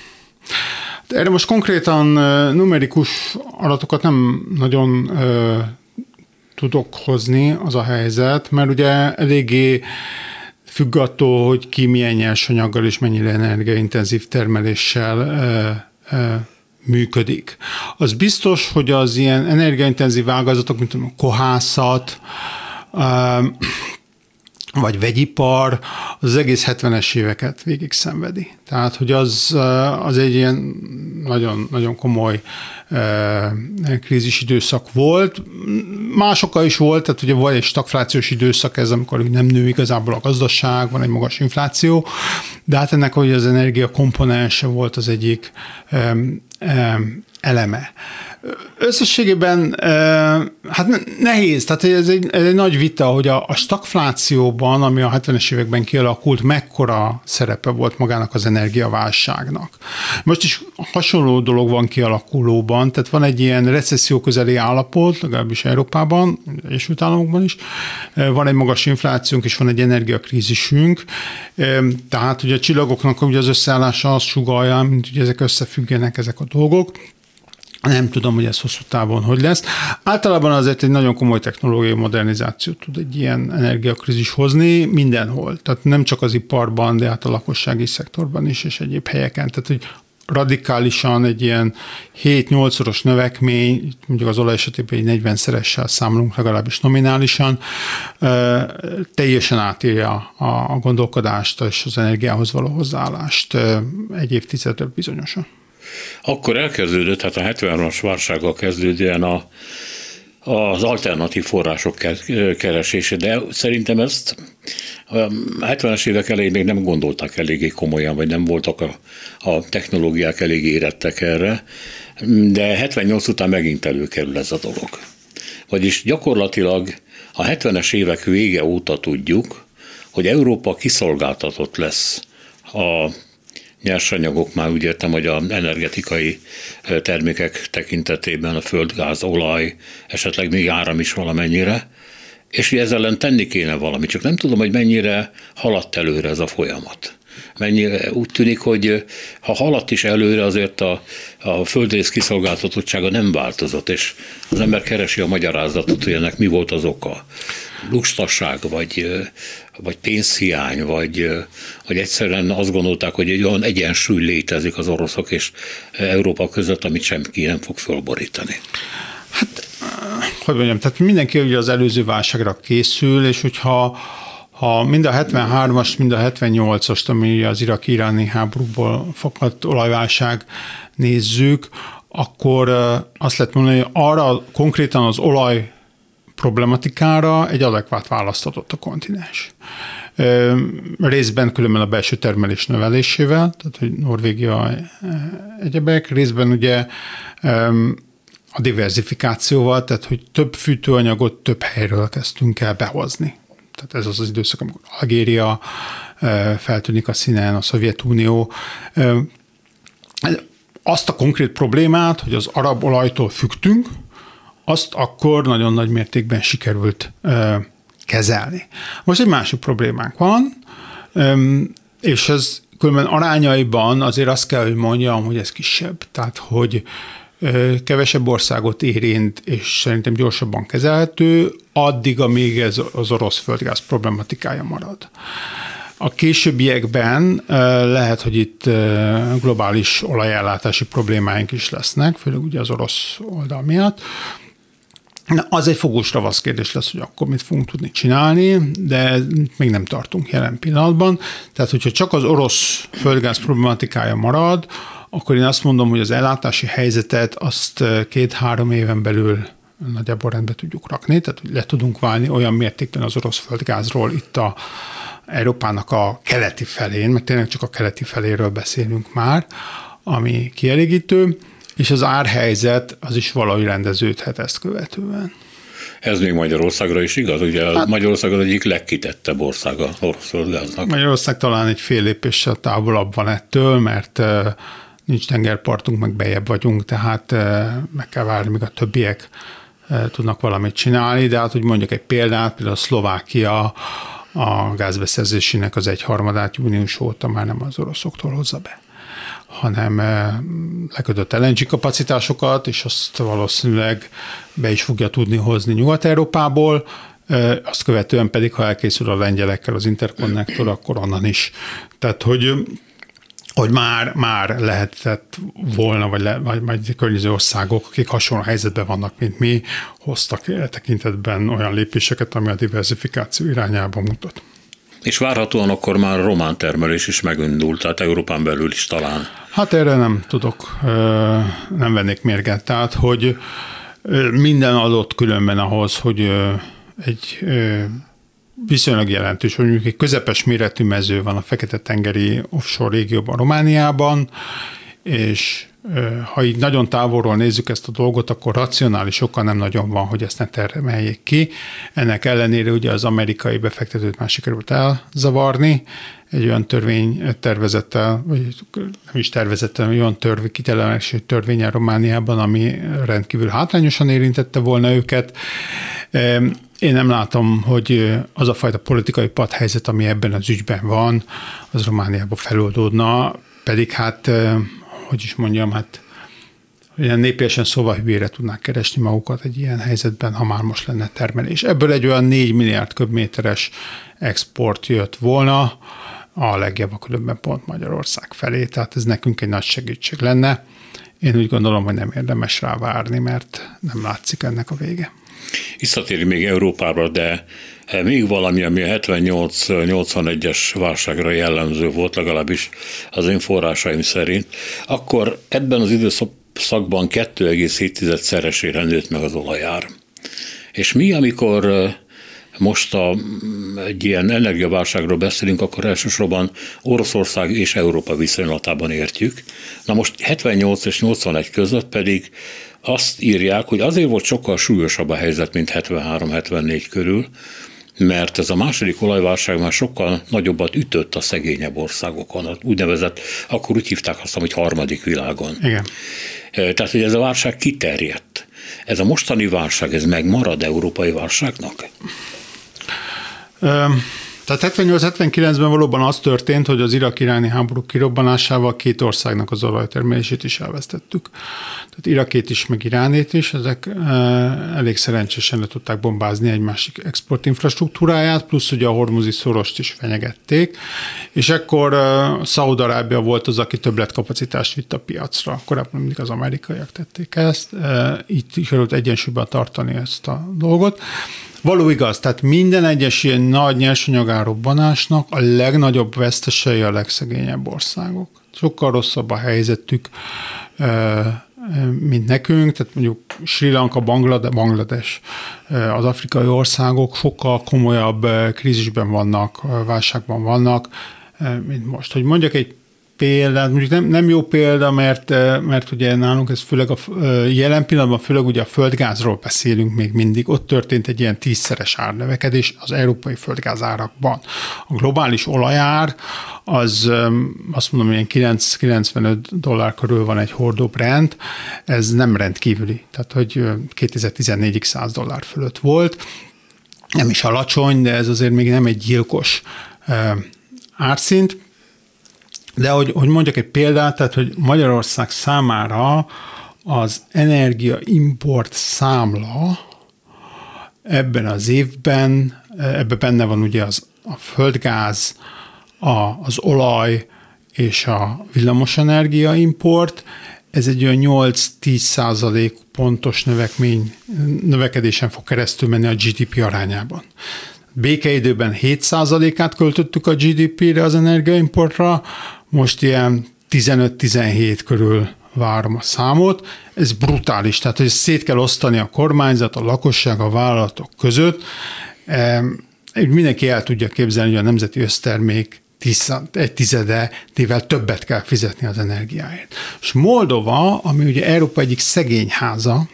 [SPEAKER 2] Erre
[SPEAKER 3] most konkrétan numerikus adatokat nem nagyon uh, tudok hozni, az a helyzet, mert ugye eléggé függ attól, hogy ki milyen nyersanyaggal és mennyire energiaintenzív termeléssel uh, uh, működik. Az biztos, hogy az ilyen energiaintenzív ágazatok, mint a kohászat, uh, vagy vegyipar, az, az egész hetvenes éveket végig szenvedi. Tehát, hogy az, az egy ilyen nagyon, nagyon komoly eh, krízis időszak volt. Másokkal is volt, tehát ugye van egy stagflációs időszak ez, amikor nem nő igazából a gazdaság, van egy magas infláció, de hát ennek hogy az energia komponense volt az egyik eh, eh, eleme. Összességében hát nehéz, tehát ez egy, ez egy nagy vita, hogy a, a stagflációban, ami a hetvenes években kialakult, mekkora szerepe volt magának az energiaválságnak. Most is hasonló dolog van kialakulóban, tehát van egy ilyen recesszió közeli állapot, legalábbis Európában, Egyesült Államokban is, van egy magas inflációnk, és van egy energiakrízisünk, tehát ugye a csillagoknak ugye az összeállása azt sugallja, mint ugye ezek összefüggenek ezek a dolgok. Nem tudom, hogy ez hosszú távon hogy lesz. Általában azért egy nagyon komoly technológiai modernizációt tud egy ilyen energiakrízis hozni mindenhol. Tehát nem csak az iparban, de hát a lakossági szektorban is, és egyéb helyeken. Tehát, hogy radikálisan egy ilyen hét-nyolcszoros növekmény, mondjuk az olaj esetében egy negyvenszeressel számolunk, legalábbis nominálisan, teljesen átírja a gondolkodást és az energiához való hozzáállást egy évtizedre bizonyosan.
[SPEAKER 2] Akkor elkezdődött, hát a hetvenhármas válsággal kezdődően a, az alternatív források keresése, de szerintem ezt a hetvenes évek elején még nem gondolták eléggé komolyan, vagy nem voltak a, a technológiák elég érettek erre, de hetvennyolc után megint előkerül ez a dolog. Vagyis gyakorlatilag a hetvenes évek vége óta tudjuk, hogy Európa kiszolgáltatott lesz a nyersanyagok, már úgy értem, hogy az energetikai termékek tekintetében a föld, gáz, olaj, esetleg még áram is valamennyire, és ezzel ellen tenni kéne valami, csak nem tudom, hogy mennyire haladt előre ez a folyamat. Mennyire úgy tűnik, hogy ha haladt is előre, azért a, a földrész kiszolgáltatottsága nem változott, és az ember keresi a magyarázatot, hogy ennek mi volt az oka. Lustaság, vagy, vagy pénzhiány, vagy, vagy egyszerűen azt gondolták, hogy egy olyan egyensúly létezik az oroszok és Európa között, amit semmi nem fog fölborítani.
[SPEAKER 3] Hát, hogy mondjam, tehát mindenki ugye az előző válságra készül, és hogyha ha mind a hetvenhármas, mind a hetvennyolcast, ami az iraki-iráni háborúból fakadt olajválság nézzük, akkor azt lehet mondani, hogy arra konkrétan az olaj problematikára egy adekvát választ adott a kontinens. Részben különben a belső termelés növelésével, tehát hogy Norvégia egyebek, részben ugye a diversifikációval, tehát hogy több fűtőanyagot több helyről kezdtünk el behozni. Tehát ez az az időszak, amikor Algéria feltűnik a színen, a Szovjetunió. Azt a konkrét problémát, hogy az arab olajtól függtünk, azt akkor nagyon nagy mértékben sikerült ö, kezelni. Most egy másik problémánk van, ö, és ez különben arányaiban azért azt kell, hogy mondjam, hogy ez kisebb. Tehát, hogy ö, kevesebb országot érint, és szerintem gyorsabban kezelhető, addig, amíg ez az orosz földgáz problematikája marad. A későbbiekben lehet, hogy itt globális olajellátási problémáink is lesznek, főleg ugye az orosz oldal miatt. Na, az egy fogós ravasz kérdés lesz, hogy akkor mit fogunk tudni csinálni, de még nem tartunk jelen pillanatban. Tehát, hogyha csak az orosz földgáz problematikája marad, akkor én azt mondom, hogy az ellátási helyzetet azt két-három éven belül nagyjából rendbe tudjuk rakni, tehát hogy le tudunk válni olyan mértékben az orosz földgázról itt a Európának a keleti felén, mert tényleg csak a keleti feléről beszélünk már, ami kielégítő, és az árhelyzet az is valahogy rendeződhet ezt követően.
[SPEAKER 2] Ez még Magyarországra is igaz? Ugye hát, Magyarország az egyik legkitettebb ország a orosz földgáznak.
[SPEAKER 3] Magyarország talán egy fél lépéssel távolabb van ettől, mert nincs tengerpartunk, meg bejebb vagyunk, tehát meg kell várni, míg a többiek tudnak valamit csinálni, de hát, hogy mondjuk egy példát, például a Szlovákia a gázbeszerzésének az egyharmadát június óta már nem az oroszoktól hozza be, hanem lekötött el en gé kapacitásokat, és azt valószínűleg be is fogja tudni hozni Nyugat-Európából, azt követően pedig, ha elkészül a lengyelekkel az interkonnektor, akkor onnan is. Tehát, hogy hogy már, már lehetett volna, vagy, le, vagy, vagy környező országok, akik hasonló helyzetben vannak, mint mi, hoztak tekintetben olyan lépéseket, ami a diversifikáció irányába mutat.
[SPEAKER 2] És várhatóan akkor már román termelés is megindult, tehát Európán belül is talán.
[SPEAKER 3] Hát erre nem tudok, nem vennék mérget. Tehát, hogy minden adott különben ahhoz, hogy egy viszonylag jelentős, hogy mondjuk egy közepes méretű mező van a Fekete-tengeri offshore régióban, Romániában, és ha így nagyon távolról nézzük ezt a dolgot, akkor racionális oka nem nagyon van, hogy ezt ne termeljék ki. Ennek ellenére ugye az amerikai befektetőt már sikerült elzavarni, egy olyan törvény tervezettel, vagy nem is tervezettel, olyan törvény, kitelepítési törvényen Romániában, ami rendkívül hátrányosan érintette volna őket. Én nem látom, hogy az a fajta politikai padhelyzet, ami ebben az ügyben van, az Romániában feloldódna, pedig hát, hogy is mondjam, hát olyan népiesen szóval hülyére tudnák keresni magukat egy ilyen helyzetben, ha már most lenne termelés. Ebből egy olyan négy milliárd köbméteres export jött volna, a legjobb különben pont Magyarország felé, tehát ez nekünk egy nagy segítség lenne. Én úgy gondolom, hogy nem érdemes rá várni, mert nem látszik ennek a vége.
[SPEAKER 2] Visszatérünk még Európára, de még valami, ami a hetvennyolc nyolcvanegyes válságra jellemző volt, legalábbis az én forrásaim szerint, akkor ebben az időszakban kettő egész hét szeresére nőtt meg az olajár. És mi, amikor most a, egy ilyen energiaválságról beszélünk, akkor elsősorban Oroszország és Európa viszonylatában értjük. Na most hetvennyolc és nyolcvanegy között pedig azt írják, hogy azért volt sokkal súlyosabb a helyzet, mint hetvenhárom hetvennégy körül, mert ez a második olajválság már sokkal nagyobbat ütött a szegényebb országokon. Úgynevezett, akkor úgy hívták azt, hogy harmadik világon.
[SPEAKER 3] Igen.
[SPEAKER 2] Tehát, hogy ez a válság kiterjedt. Ez a mostani válság, ez megmarad európai válságnak?
[SPEAKER 3] Um. Tehát hetvennyolc hetvenkilencben valóban az történt, hogy az Irak-iráni háború kirobbanásával két országnak az olajtermelését is elvesztettük. Tehát Irakét is, meg Iránét is, ezek elég szerencsésen le tudták bombázni egy másik exportinfrastruktúráját, plusz ugye a hormuzi szorost is fenyegették, és ekkor Szaúd-Arábia volt az, aki többletkapacitást vitt a piacra. Korábban mindig az amerikaiak tették ezt, így sikerült egyensúlyban tartani ezt a dolgot. Való igaz, tehát minden egyes ilyen nagy nyersanyagárobbanásnak a legnagyobb vesztesei a legszegényebb országok. Sokkal rosszabb a helyzetük, mint nekünk, tehát mondjuk Sri Lanka, Banglades, Banglades, az afrikai országok sokkal komolyabb krízisben vannak, válságban vannak, mint most. Hogy mondjak egy példát, mondjuk nem, nem jó példa, mert, mert ugye nálunk ez főleg a jelen pillanatban, főleg ugye a földgázról beszélünk még mindig, ott történt egy ilyen tízszeres árnövekedés az európai földgázárakban. A globális olajár az azt mondom, ilyen kilencven-kilencvenöt dollár körül van egy hordó Brent, ez nem rendkívüli, tehát hogy kétezer-tizennégyig száz dollár fölött volt, nem is alacsony, de ez azért még nem egy gyilkos árszint. De hogy, hogy mondjak egy példát, tehát hogy Magyarország számára az energiaimport számla ebben az évben, ebben benne van ugye az, a földgáz, az olaj és a villamosenergia import, ez egy olyan nyolc-tíz százalék pontos növekmény, növekedésen fog keresztül menni a gé dé pé arányában. Békeidőben hét százalékát költöttük a gé dé pére az energiaimportra, most ilyen tizenöt-tizenhét körül várom a számot. Ez brutális, tehát hogy szét kell osztani a kormányzat, a lakosság, a vállalatok között. Mindenki el tudja képzelni, hogy a nemzeti össztermék egy tizedevel többet kell fizetni az energiáért. És Moldova, ami ugye Európa egyik szegény háza,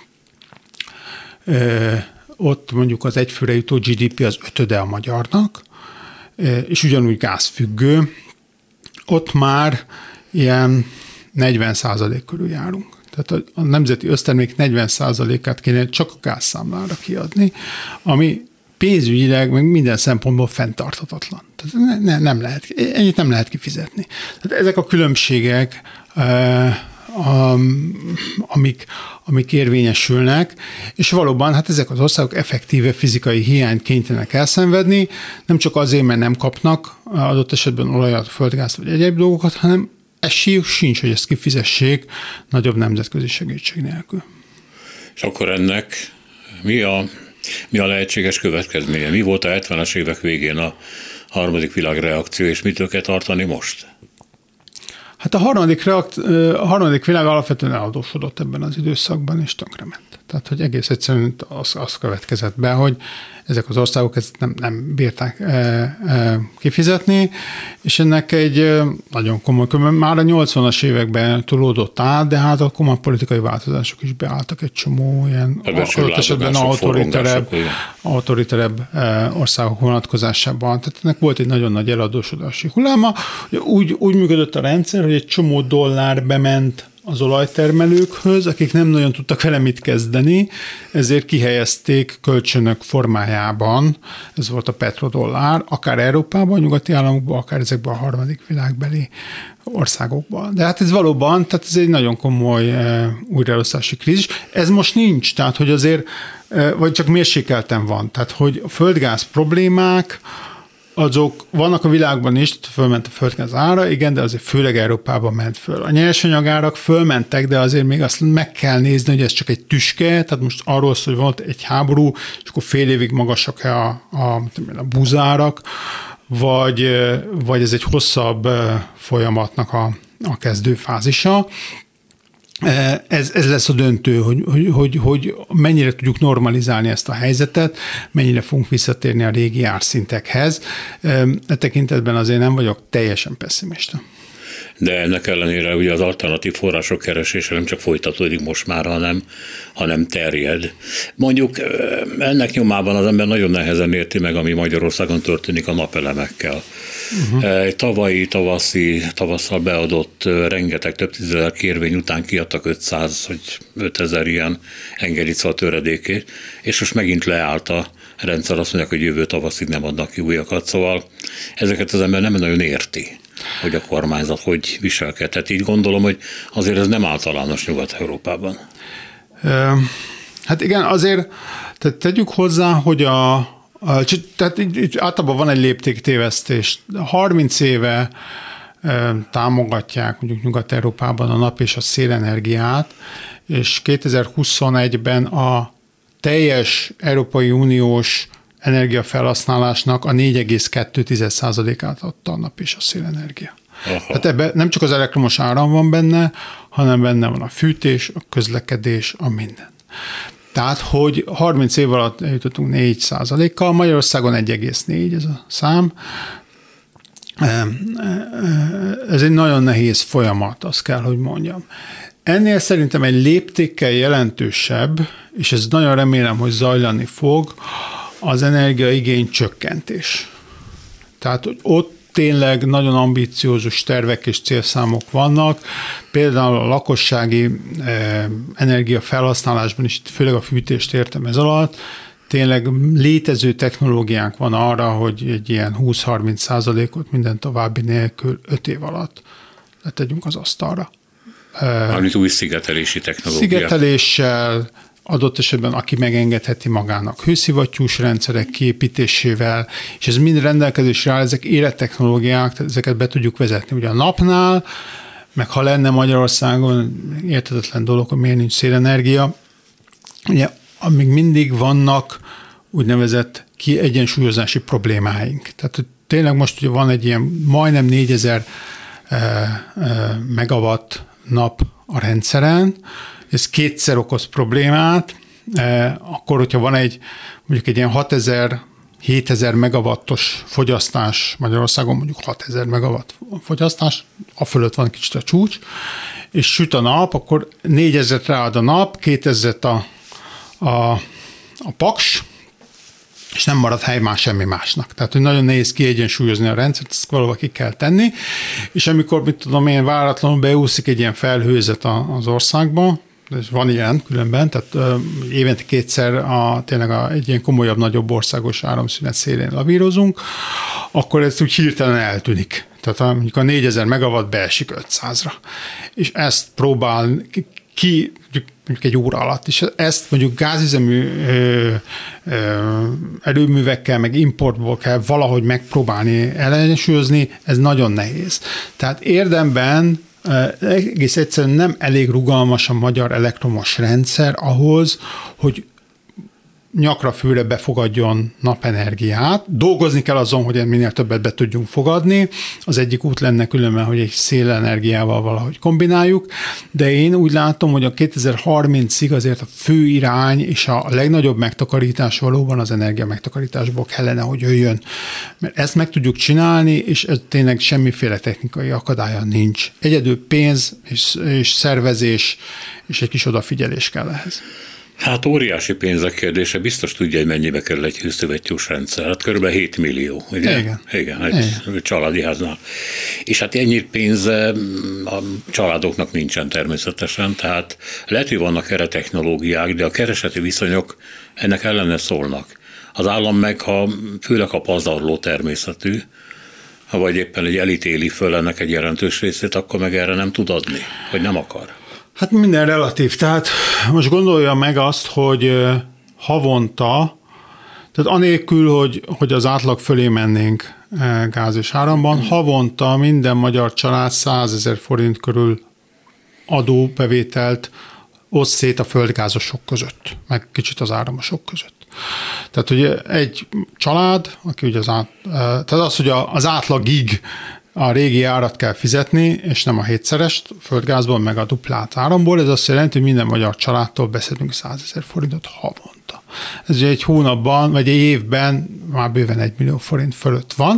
[SPEAKER 3] ott mondjuk az egyfőre jutó gé dé pé az ötöde a magyarnak, és ugyanúgy gázfüggő, ott már ilyen negyven százalék körül járunk. Tehát a nemzeti össztermék negyven százalékát kéne csak a gázszámlára kiadni, ami pénzügyileg, meg minden szempontból fenntarthatatlan. Tehát ne, ne, nem lehet, ennyit nem lehet kifizetni. Tehát ezek a különbségek, amik, amik érvényesülnek, és valóban hát ezek az országok effektíve fizikai hiányt kénytelenek elszenvedni, nem csak azért, mert nem kapnak adott esetben olajat, földgázt vagy egyéb dolgokat, hanem esélyük sincs, hogy ezt kifizessék nagyobb nemzetközi segítség nélkül.
[SPEAKER 2] És akkor ennek mi a, mi a lehetséges következménye? Mi volt a hetvenes évek végén a harmadik világreakció, és mitől kell tartani most?
[SPEAKER 3] Hát a harmadik, reakt, a harmadik világ alapvetően eladósodott ebben az időszakban, és tönkrement. Tehát, hogy egész egyszerűen az, az következett be, hogy ezek az országok ezt nem, nem bírták e, e, kifizetni, és ennek egy nagyon komoly, már a nyolcvanas években tolódott át, de hát a komoly politikai változások is beálltak, egy csomó ilyen adott esetben autoriterebb, autoriterebb országok vonatkozásában. Tehát ennek volt egy nagyon nagy eladósodási hulláma. Úgy, úgy működött a rendszer, hogy egy csomó dollár bement az olajtermelőkhöz, akik nem nagyon tudtak vele mit kezdeni, ezért kihelyezték kölcsönök formájában, ez volt a petrodollár, akár Európában, nyugati államokban, akár ezekben a harmadik világbeli országokban. De hát ez valóban, tehát ez egy nagyon komoly e, újraelosztási krízis. Ez most nincs, tehát hogy azért, e, vagy csak mérsékelten van, tehát hogy a földgáz problémák, azok vannak a világban is, fölment a földgáz ára, igen, de azért főleg Európában ment föl. A nyersanyagárak fölmentek, de azért még azt meg kell nézni, hogy ez csak egy tüske, tehát most arról szól, hogy volt egy háború, és akkor fél évig magasak-e a, a, a buzárak, vagy, vagy ez egy hosszabb folyamatnak a, a kezdőfázisa. Ez, ez lesz a döntő, hogy, hogy, hogy, hogy mennyire tudjuk normalizálni ezt a helyzetet, mennyire fogunk visszatérni a régi árszintekhez. E tekintetben azért nem vagyok teljesen pesszimista.
[SPEAKER 2] De ennek ellenére ugye az alternatív források keresése nem csak folytatódik most már, hanem, hanem terjed. Mondjuk ennek nyomában az ember nagyon nehezen érti meg, ami Magyarországon történik a napelemekkel. Uh-huh. Tavalyi, tavaszi, tavasszal beadott rengeteg, több tízezer kérvény után kiadtak ötszáz vagy ötezer ilyen engedélyszal töredékét, és most megint leállt a rendszer, azt mondják, hogy jövő tavaszig nem adnak ki újakat, szóval ezeket az ember nem nagyon érti, hogy a kormányzat hogy viselkedhet. Így gondolom, hogy azért ez nem általános Nyugat-Európában.
[SPEAKER 3] Hát igen, azért tehát tegyük hozzá, hogy a, a tehát itt általában van egy léptéktévesztés. harminc éve támogatják mondjuk Nyugat-Európában a nap és a szélenergiát, és kétezer-huszonegyben a teljes Európai Uniós energiafelhasználásnak a négy egész kettő százalékát adta a nap és a szélenergia. Aha. Tehát ebben nem csak az elektromos áram van benne, hanem benne van a fűtés, a közlekedés, a minden. Tehát, hogy harminc év alatt eljutottunk négy százalékkal, Magyarországon egy egész négy ez a szám. Ez egy nagyon nehéz folyamat, azt kell, hogy mondjam. Ennél szerintem egy léptékkel jelentősebb, és ez nagyon remélem, hogy zajlani fog, az energiaigény csökkentés. Tehát, hogy ott tényleg nagyon ambiciózus tervek és célszámok vannak, például a lakossági eh, energiafelhasználásban is, főleg a fűtést értem ez alatt, tényleg létező technológiánk van arra, hogy egy ilyen húsz-harminc százalékot minden további nélkül öt év alatt letegyünk az asztalra.
[SPEAKER 2] Amit új szigetelési technológia.
[SPEAKER 3] Szigeteléssel, adott esetben aki megengedheti magának hőszivattyús rendszerek kiépítésével, és ez mind rendelkezésre áll, ezek élettechnológiák, tehát ezeket be tudjuk vezetni. Ugye a napnál, meg ha lenne Magyarországon, érthetetlen dolog, hogy miért nincs szélenergia, ugye amíg mindig vannak úgynevezett kiegyensúlyozási problémáink. Tehát tényleg most ugye van egy ilyen majdnem négyezer megawatt nap a rendszeren, ez kétszer okoz problémát, akkor, hogyha van egy mondjuk egy ilyen hatezer, hétezer megawattos fogyasztás Magyarországon, mondjuk hatezer megawatt fogyasztás, a fölött van kicsit a csúcs, és süt a nap, akkor négyezret ráad a nap, kétezret a, a, a paks, és nem marad hely már semmi másnak. Tehát, hogy nagyon nehéz kiegyensúlyozni a rendszert, ezt valahol ki kell tenni, és amikor, mit tudom én, váratlanul beúszik egy ilyen felhőzet az országba, és van ilyen különben, tehát ö, évente kétszer a, tényleg a, egy ilyen komolyabb, nagyobb országos áramszünet szélén lavírozunk, akkor ez úgy hirtelen eltűnik. Tehát a, mondjuk a négyezer megawatt beesik ötszázra. És ezt próbál ki, mondjuk egy óra alatt, és ezt mondjuk gázüzemű ö, ö, erőművekkel, meg importból kell valahogy megpróbálni ellensúlyozni, ez nagyon nehéz. Tehát érdemben egész egyszerűen nem elég rugalmas a magyar elektromos rendszer ahhoz, hogy nyakra főre befogadjon napenergiát. Dolgozni kell azon, hogy minél többet be tudjunk fogadni. Az egyik út lenne különben, hogy egy szélenergiával valahogy kombináljuk, de én úgy látom, hogy a kétezer-harmincig azért a fő irány és a legnagyobb megtakarítás valóban az energia megtakarításból kellene, hogy jöjjön. Mert ezt meg tudjuk csinálni, és ez tényleg semmiféle technikai akadálya nincs. Egyedül pénz és, és szervezés és egy kis odafigyelés kell ehhez.
[SPEAKER 2] Hát óriási pénzek kérdése, biztos tudja, hogy mennyibe kerül egy hőszivattyús rendszer. Hát körülbelül hét millió, ugye?
[SPEAKER 3] Igen.
[SPEAKER 2] Igen, egy Igen. családi háznál. És hát ennyi pénze a családoknak nincsen természetesen, tehát lehet, hogy vannak erre technológiák, de a kereseti viszonyok ennek ellene szólnak. Az állam meg, ha főleg a pazarló természetű, vagy éppen egy elítéli föl ennek egy jelentős részét, akkor meg erre nem tud adni, hogy nem akar.
[SPEAKER 3] Hát minden relatív. Tehát most gondolja meg azt, hogy havonta, tehát anélkül, hogy, hogy az átlag fölé mennénk gáz és áramban, havonta minden magyar család százezer forint körül adóbevételt oszt szét a földgázosok között, meg kicsit az áramosok között. Tehát ugye egy család, aki ugye az át, tehát az, hogy az átlagig a régi árat kell fizetni, és nem a hétszerest földgázból, meg a duplát áramból. Ez azt jelenti, hogy minden magyar családtól beszedünk százezer forintot havonta. Ez ugye egy hónapban, vagy egy évben már bőven egy millió forint fölött van.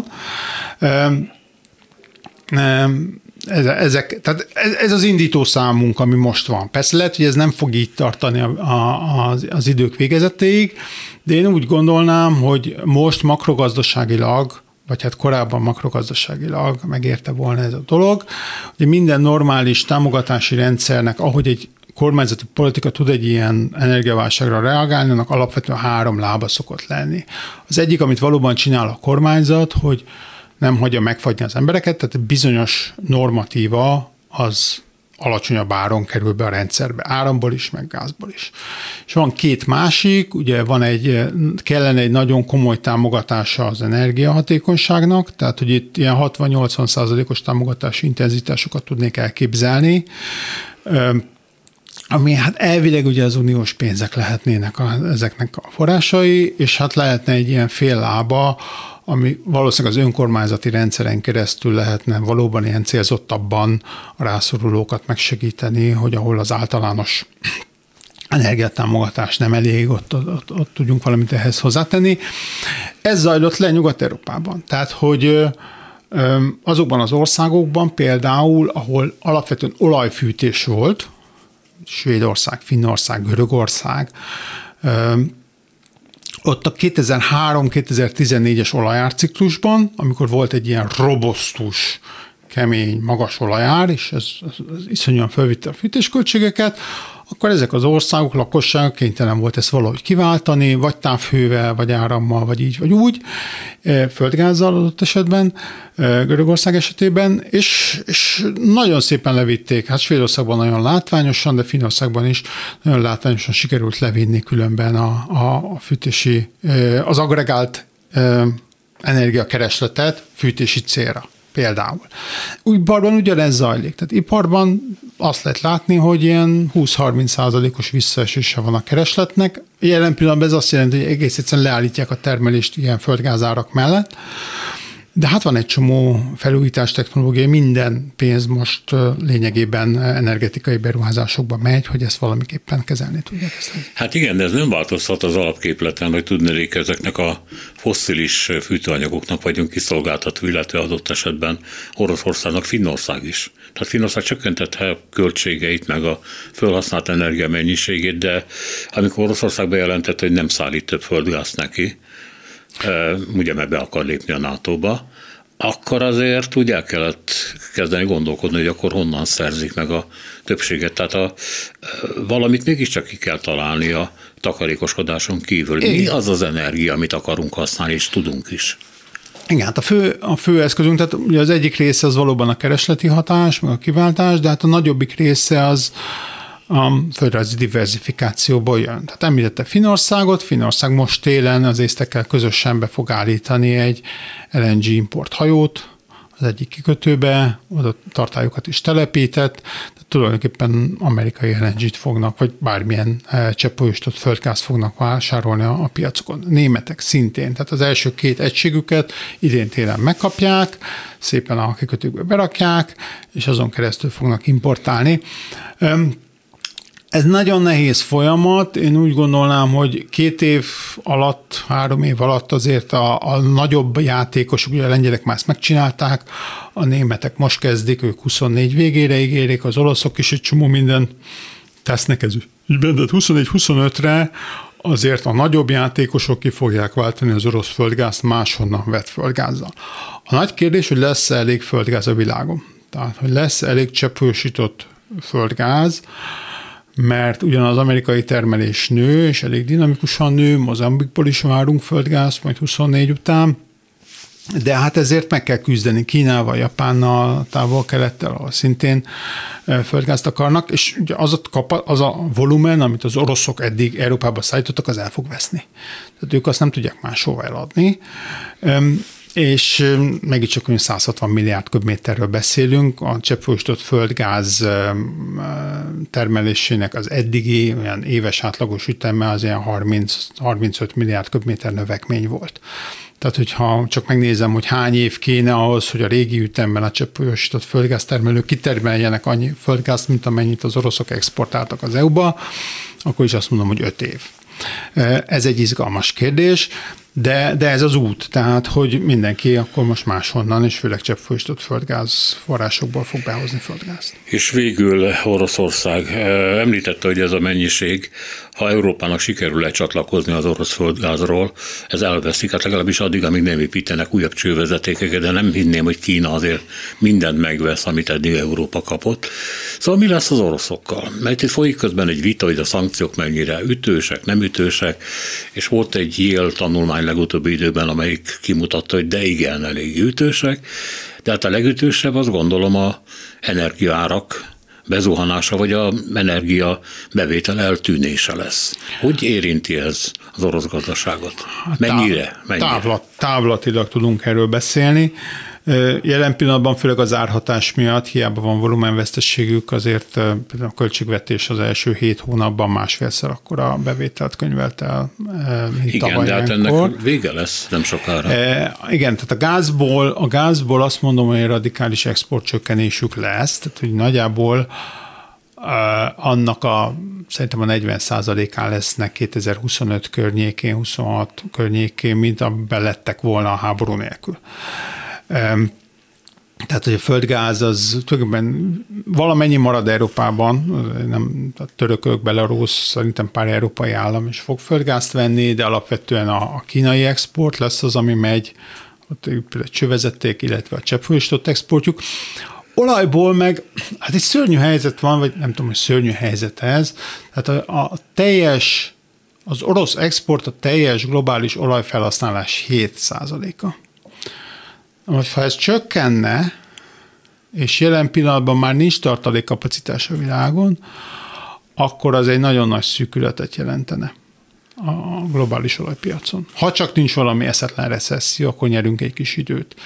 [SPEAKER 3] Ezek, tehát ez az indító számunk, ami most van. Persze lehet, hogy ez nem fog így tartani az, az idők végezetéig, de én úgy gondolnám, hogy most makrogazdaságilag vagy hát korábban makrogazdaságilag megérte volna ez a dolog. Ugye minden normális támogatási rendszernek, ahogy egy kormányzati politika tud egy ilyen energiaválságra reagálni, annak alapvetően három lába szokott lenni. Az egyik, amit valóban csinál a kormányzat, hogy nem hagyja megfagyni az embereket, tehát bizonyos normatíva az alacsonyabb áron kerül be a rendszerbe, áramból is, meg gázból is. És van két másik, ugye van egy, kellene egy nagyon komoly támogatása az energiahatékonyságnak, tehát hogy itt ilyen hatvan-nyolcvan százalékos támogatási intenzitásokat tudnék elképzelni, ami hát elvileg ugye az uniós pénzek lehetnének a, ezeknek a forrásai, és hát lehetne egy ilyen fél lába, ami valószínűleg az önkormányzati rendszeren keresztül lehetne valóban ilyen célzottabban a rászorulókat megsegíteni, hogy ahol az általános energiatámogatás nem elég, ott, ott, ott, ott tudjunk valamit ehhez hozzátenni. Ez zajlott le Nyugat-Európában. Tehát, hogy azokban az országokban például, ahol alapvetően olajfűtés volt, Svédország, Finnország, Görögország, ott a kétezer-három-kétezer-tizennégyes olajárciklusban, amikor volt egy ilyen robosztus, kemény, magas olajár, és ez, ez, ez iszonyúan felvitte a fűtésköltségeket, akkor ezek az országok lakossága kénytelen volt ezt valahogy kiváltani, vagy távhővel, vagy árammal, vagy így, vagy úgy, földgázzal adott esetben, Görögország esetében, és, és nagyon szépen levitték, hát Svédországban nagyon látványosan, de Finnországban is nagyon látványosan sikerült levinni különben a, a, a fűtési, az agregált energiakeresletet fűtési célra például. Iparban ugyanez zajlik. Tehát iparban azt lehet látni, hogy ilyen húsz-harminc százalékos visszaesése van a keresletnek. Jelen pillanatban ez azt jelenti, hogy egész egyszerűen leállítják a termelést ilyen földgázárak mellett. De hát van egy csomó felújítás technológia, minden pénz most lényegében energetikai beruházásokba megy, hogy ezt valamiképpen kezelni tudják.
[SPEAKER 2] Hát igen, de ez nem változtat az alapképleten, hogy tudnék ezeknek a fosszilis fűtőanyagoknak vagyunk kiszolgáltatva, illetve adott esetben Oroszországnak Finnország is. Tehát Finnország csökkentette költségeit, meg a felhasznált energia mennyiségét, de amikor Oroszország bejelentette, hogy nem szállít több földgázt neki, ugye mert be akar lépni a nátóba, akkor azért úgy el kellett kezdeni gondolkodni, hogy akkor honnan szerzik meg a többséget. Tehát a, valamit mégiscsak ki kell találni a takarékoskodáson kívül. Mi az az energia, amit akarunk használni, és tudunk is?
[SPEAKER 3] Igen, hát a fő, a fő eszközünk, tehát ugye az egyik része az valóban a keresleti hatás, meg a kiváltás, de hát a nagyobbik része az a földrajzi diversifikációból jön. Tehát említette Finnországot, Finnország most télen az észtekkel közösen be fog állítani egy el en gé import hajót az egyik kikötőbe, oda tartályokat is telepített, tehát tulajdonképpen amerikai el en gét fognak, vagy bármilyen cseppfolyósított földgázt fognak vásárolni a, a piacokon. Németek szintén, tehát az első két egységüket idén télen megkapják, szépen a kikötőkbe berakják, és azon keresztül fognak importálni. Ez nagyon nehéz folyamat, én úgy gondolnám, hogy két év alatt, három év alatt azért a, a nagyobb játékosok, ugye a lengyelek már ezt megcsinálták, a németek most kezdik, ők huszonnégy végére ígérik, az oroszok is egy csomó mindent tesznek ez ügyben, de huszonnégy-huszonötre azért a nagyobb játékosok ki fogják váltani az orosz földgázt máshonnan vett földgázzal. A nagy kérdés, hogy lesz elég földgáz a világon. Tehát, hogy lesz elég cseppfolyósított földgáz, mert ugyan az amerikai termelés nő, és elég dinamikusan nő, Mozambikból is várunk földgázt, majd huszonnégy után, de hát ezért meg kell küzdeni Kínával, Japánnal, Távol-Kelettel, ahol szintén földgázt akarnak, és ugye az a, kapa, az a volumen, amit az oroszok eddig Európába szállítottak, az el fog veszni. Tehát ők azt nem tudják máshova eladni, és megint csak olyan száz hatvan milliárd köbméterről beszélünk, a cseppfolyósított földgáz termelésének az eddigi olyan éves átlagos üteme az ilyen harminc-harmincöt milliárd köbméter növekmény volt. Tehát, hogyha csak megnézem, hogy hány év kéne ahhoz, hogy a régi ütemben a cseppfolyósított földgáztermelők kitermeljenek annyi földgázt, mint amennyit az oroszok exportáltak az é u-ba, akkor is azt mondom, hogy öt év. Ez egy izgalmas kérdés, de, de ez az út, tehát, hogy mindenki akkor most máshonnan, és főleg cseppfolyósított földgáz forrásokból fog behozni földgázt.
[SPEAKER 2] És végül Oroszország említette, hogy ez a mennyiség, ha Európának sikerül lecsatlakozni az orosz földgázról, ez elveszik, hát legalábbis addig, amíg nem építenek újabb csővezetékeket, de nem hinném, hogy Kína azért mindent megvesz, amit eddig Európa kapott. Szóval mi lesz az oroszokkal? Mert itt folyik közben egy vita, hogy a szankciók mennyire ütősek, nem ütősek, és volt egy Yale tanulmány legutóbbi időben, amelyik kimutatta, hogy de igen, elég ütősek, de hát a legütősebb azt gondolom a energiaárak bezuhanása, vagy a energia bevétel eltűnése lesz. Hogy érinti ez az orosz gazdaságot? Mennyire? Mennyire?
[SPEAKER 3] Távlat, távlatilag tudunk erről beszélni. Jelen pillanatban főleg az árhatás miatt hiába van volumenvesztességük, azért például a költségvetés az első hét hónapban másfélszer akkora bevételt könyvelt el, mint
[SPEAKER 2] igen,
[SPEAKER 3] tavaly.
[SPEAKER 2] Igen, de hát ennek vége lesz nem sokára.
[SPEAKER 3] E, igen, tehát a gázból, a gázból azt mondom, hogy egy radikális exportcsökkenésük lesz, tehát hogy nagyjából annak a, szerintem a negyven százalékán lesznek kétezer-huszonöt környékén, huszonhat környékén, mint amiben lettek volna a háború nélkül. Tehát, hogy a földgáz az tulajdonképpen valamennyi marad Európában, nem a törökök, Belarus, szerintem pár európai állam is fog földgázt venni, de alapvetően a, a kínai export lesz az, ami megy, ott például csővezeték, illetve a cseppfolyósított exportjuk. olajból meg, hát egy szörnyű helyzet van, vagy nem tudom, hogy szörnyű helyzet ez, tehát a, a teljes, az orosz export a teljes globális olajfelhasználás hét százaléka. Most ha ez csökkenne, és jelen pillanatban már nincs tartalékkapacitás a világon, akkor az egy nagyon nagy szűkületet jelentene a globális olajpiacon. Ha csak nincs valami eszetlen recesszió, akkor nyerünk egy kis időt.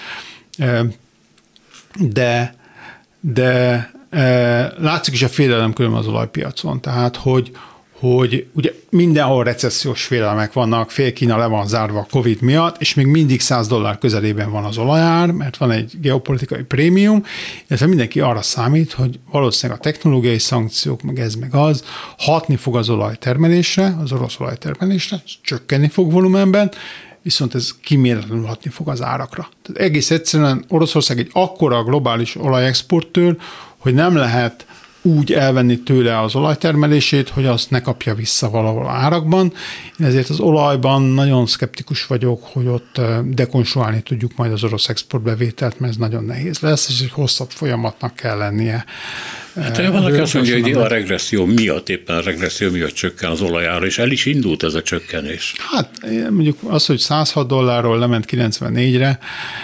[SPEAKER 3] De, de látszik is a félelem külön az olajpiacon, tehát hogy, hogy ugye mindenhol recessziós félelmek vannak, fél Kína le van zárva a Covid miatt, és még mindig száz dollár közelében van az olajár, mert van egy geopolitikai prémium, illetve mindenki arra számít, hogy valószínűleg a technológiai szankciók, meg ez, meg az, hatni fog az olajtermelésre, az orosz olajtermelésre, csökkenni fog volumenben, viszont ez kiméletlenül hatni fog az árakra. Tehát egész egyszerűen Oroszország egy akkora globális olajexportőr, hogy nem lehet úgy elvenni tőle az olajtermelését, hogy azt ne kapja vissza valahol árakban. Én ezért az olajban nagyon szkeptikus vagyok, hogy ott dekonstruálni tudjuk majd az orosz exportbevételt, mert ez nagyon nehéz lesz, és egy hosszabb folyamatnak kell lennie.
[SPEAKER 2] Hát van, aki azt mondja, hogy a regresszió miatt, éppen a regresszió miatt csökken az olajára, és el is indult ez a csökkenés.
[SPEAKER 3] Hát mondjuk az, hogy száz hat dollárról lement kilencvennégyre,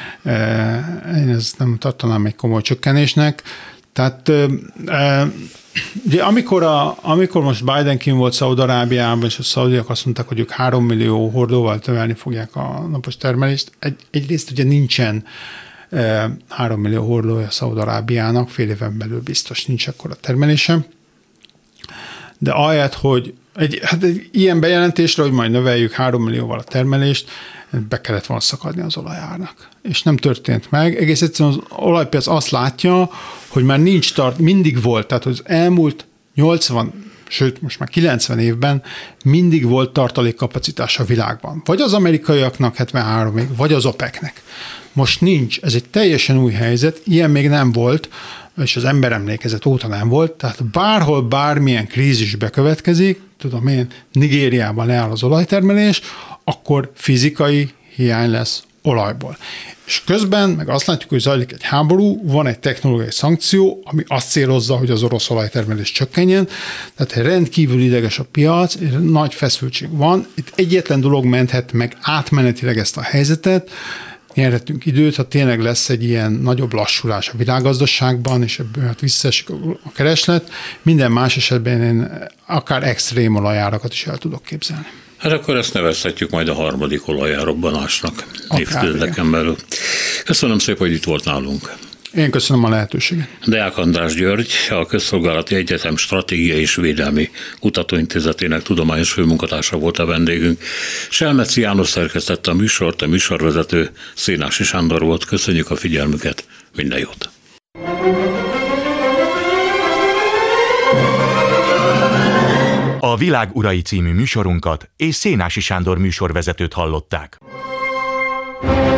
[SPEAKER 3] én ezt nem tartanám egy komoly csökkenésnek. Tehát ugye amikor, a, amikor most Biden kint volt Szaúd-Arábiában, és a szaudiak azt mondták, hogy ők három millió hordóval növelni fogják a napos termelést, egy, egyrészt ugye nincsen három millió hordója Szaúd-Arábiának, fél éven belül biztos nincs akkor a termelése, de ahelyett, hogy egy, hát egy ilyen bejelentésre, hogy majd növeljük három millióval a termelést, be kellett volna szakadni az olajárnak. És nem történt meg. Egész egyszerűen az olajpiac azt látja, hogy már nincs tart, mindig volt, tehát az elmúlt nyolcvan, sőt most már kilencven évben mindig volt tartalékkapacitás a világban. Vagy az amerikaiaknak hetvenháromig, vagy az OPEC-nek. Most nincs. Ez egy teljesen új helyzet, ilyen még nem volt, és az emberemlékezet óta nem volt, tehát bárhol bármilyen krízis bekövetkezik, tudom én, Nigériában leáll az olajtermelés, akkor fizikai hiány lesz olajból. És közben meg azt látjuk, hogy zajlik egy háború, van egy technológiai szankció, ami azt célozza, hogy az orosz olajtermelés csökkenjen, tehát rendkívül ideges a piac, nagy feszültség van. Itt egyetlen dolog menthet meg átmenetileg ezt a helyzetet, nyerhetünk időt, ha tényleg lesz egy ilyen nagyobb lassulás a világgazdaságban, és ebből hát visszaesik a kereslet. Minden más esetben én akár extrém olajárakat is el tudok képzelni.
[SPEAKER 2] Hát akkor ezt nevezhetjük majd a harmadik olajárobbanásnak évtizedeken belül. Köszönöm szépen, hogy itt volt nálunk.
[SPEAKER 3] Én köszönöm a lehetőséget.
[SPEAKER 2] Deák András György, a Közszolgálati Egyetem Stratégiai és Védelmi Kutatóintézetének tudományos főmunkatársa volt a vendégünk. Selmeci János szerkesztette a műsort, a műsorvezető Szénási Sándor volt. Köszönjük a figyelmüket, minden jót!
[SPEAKER 1] A Világ urai című műsorunkat és Szénási Sándor műsorvezetőt hallották.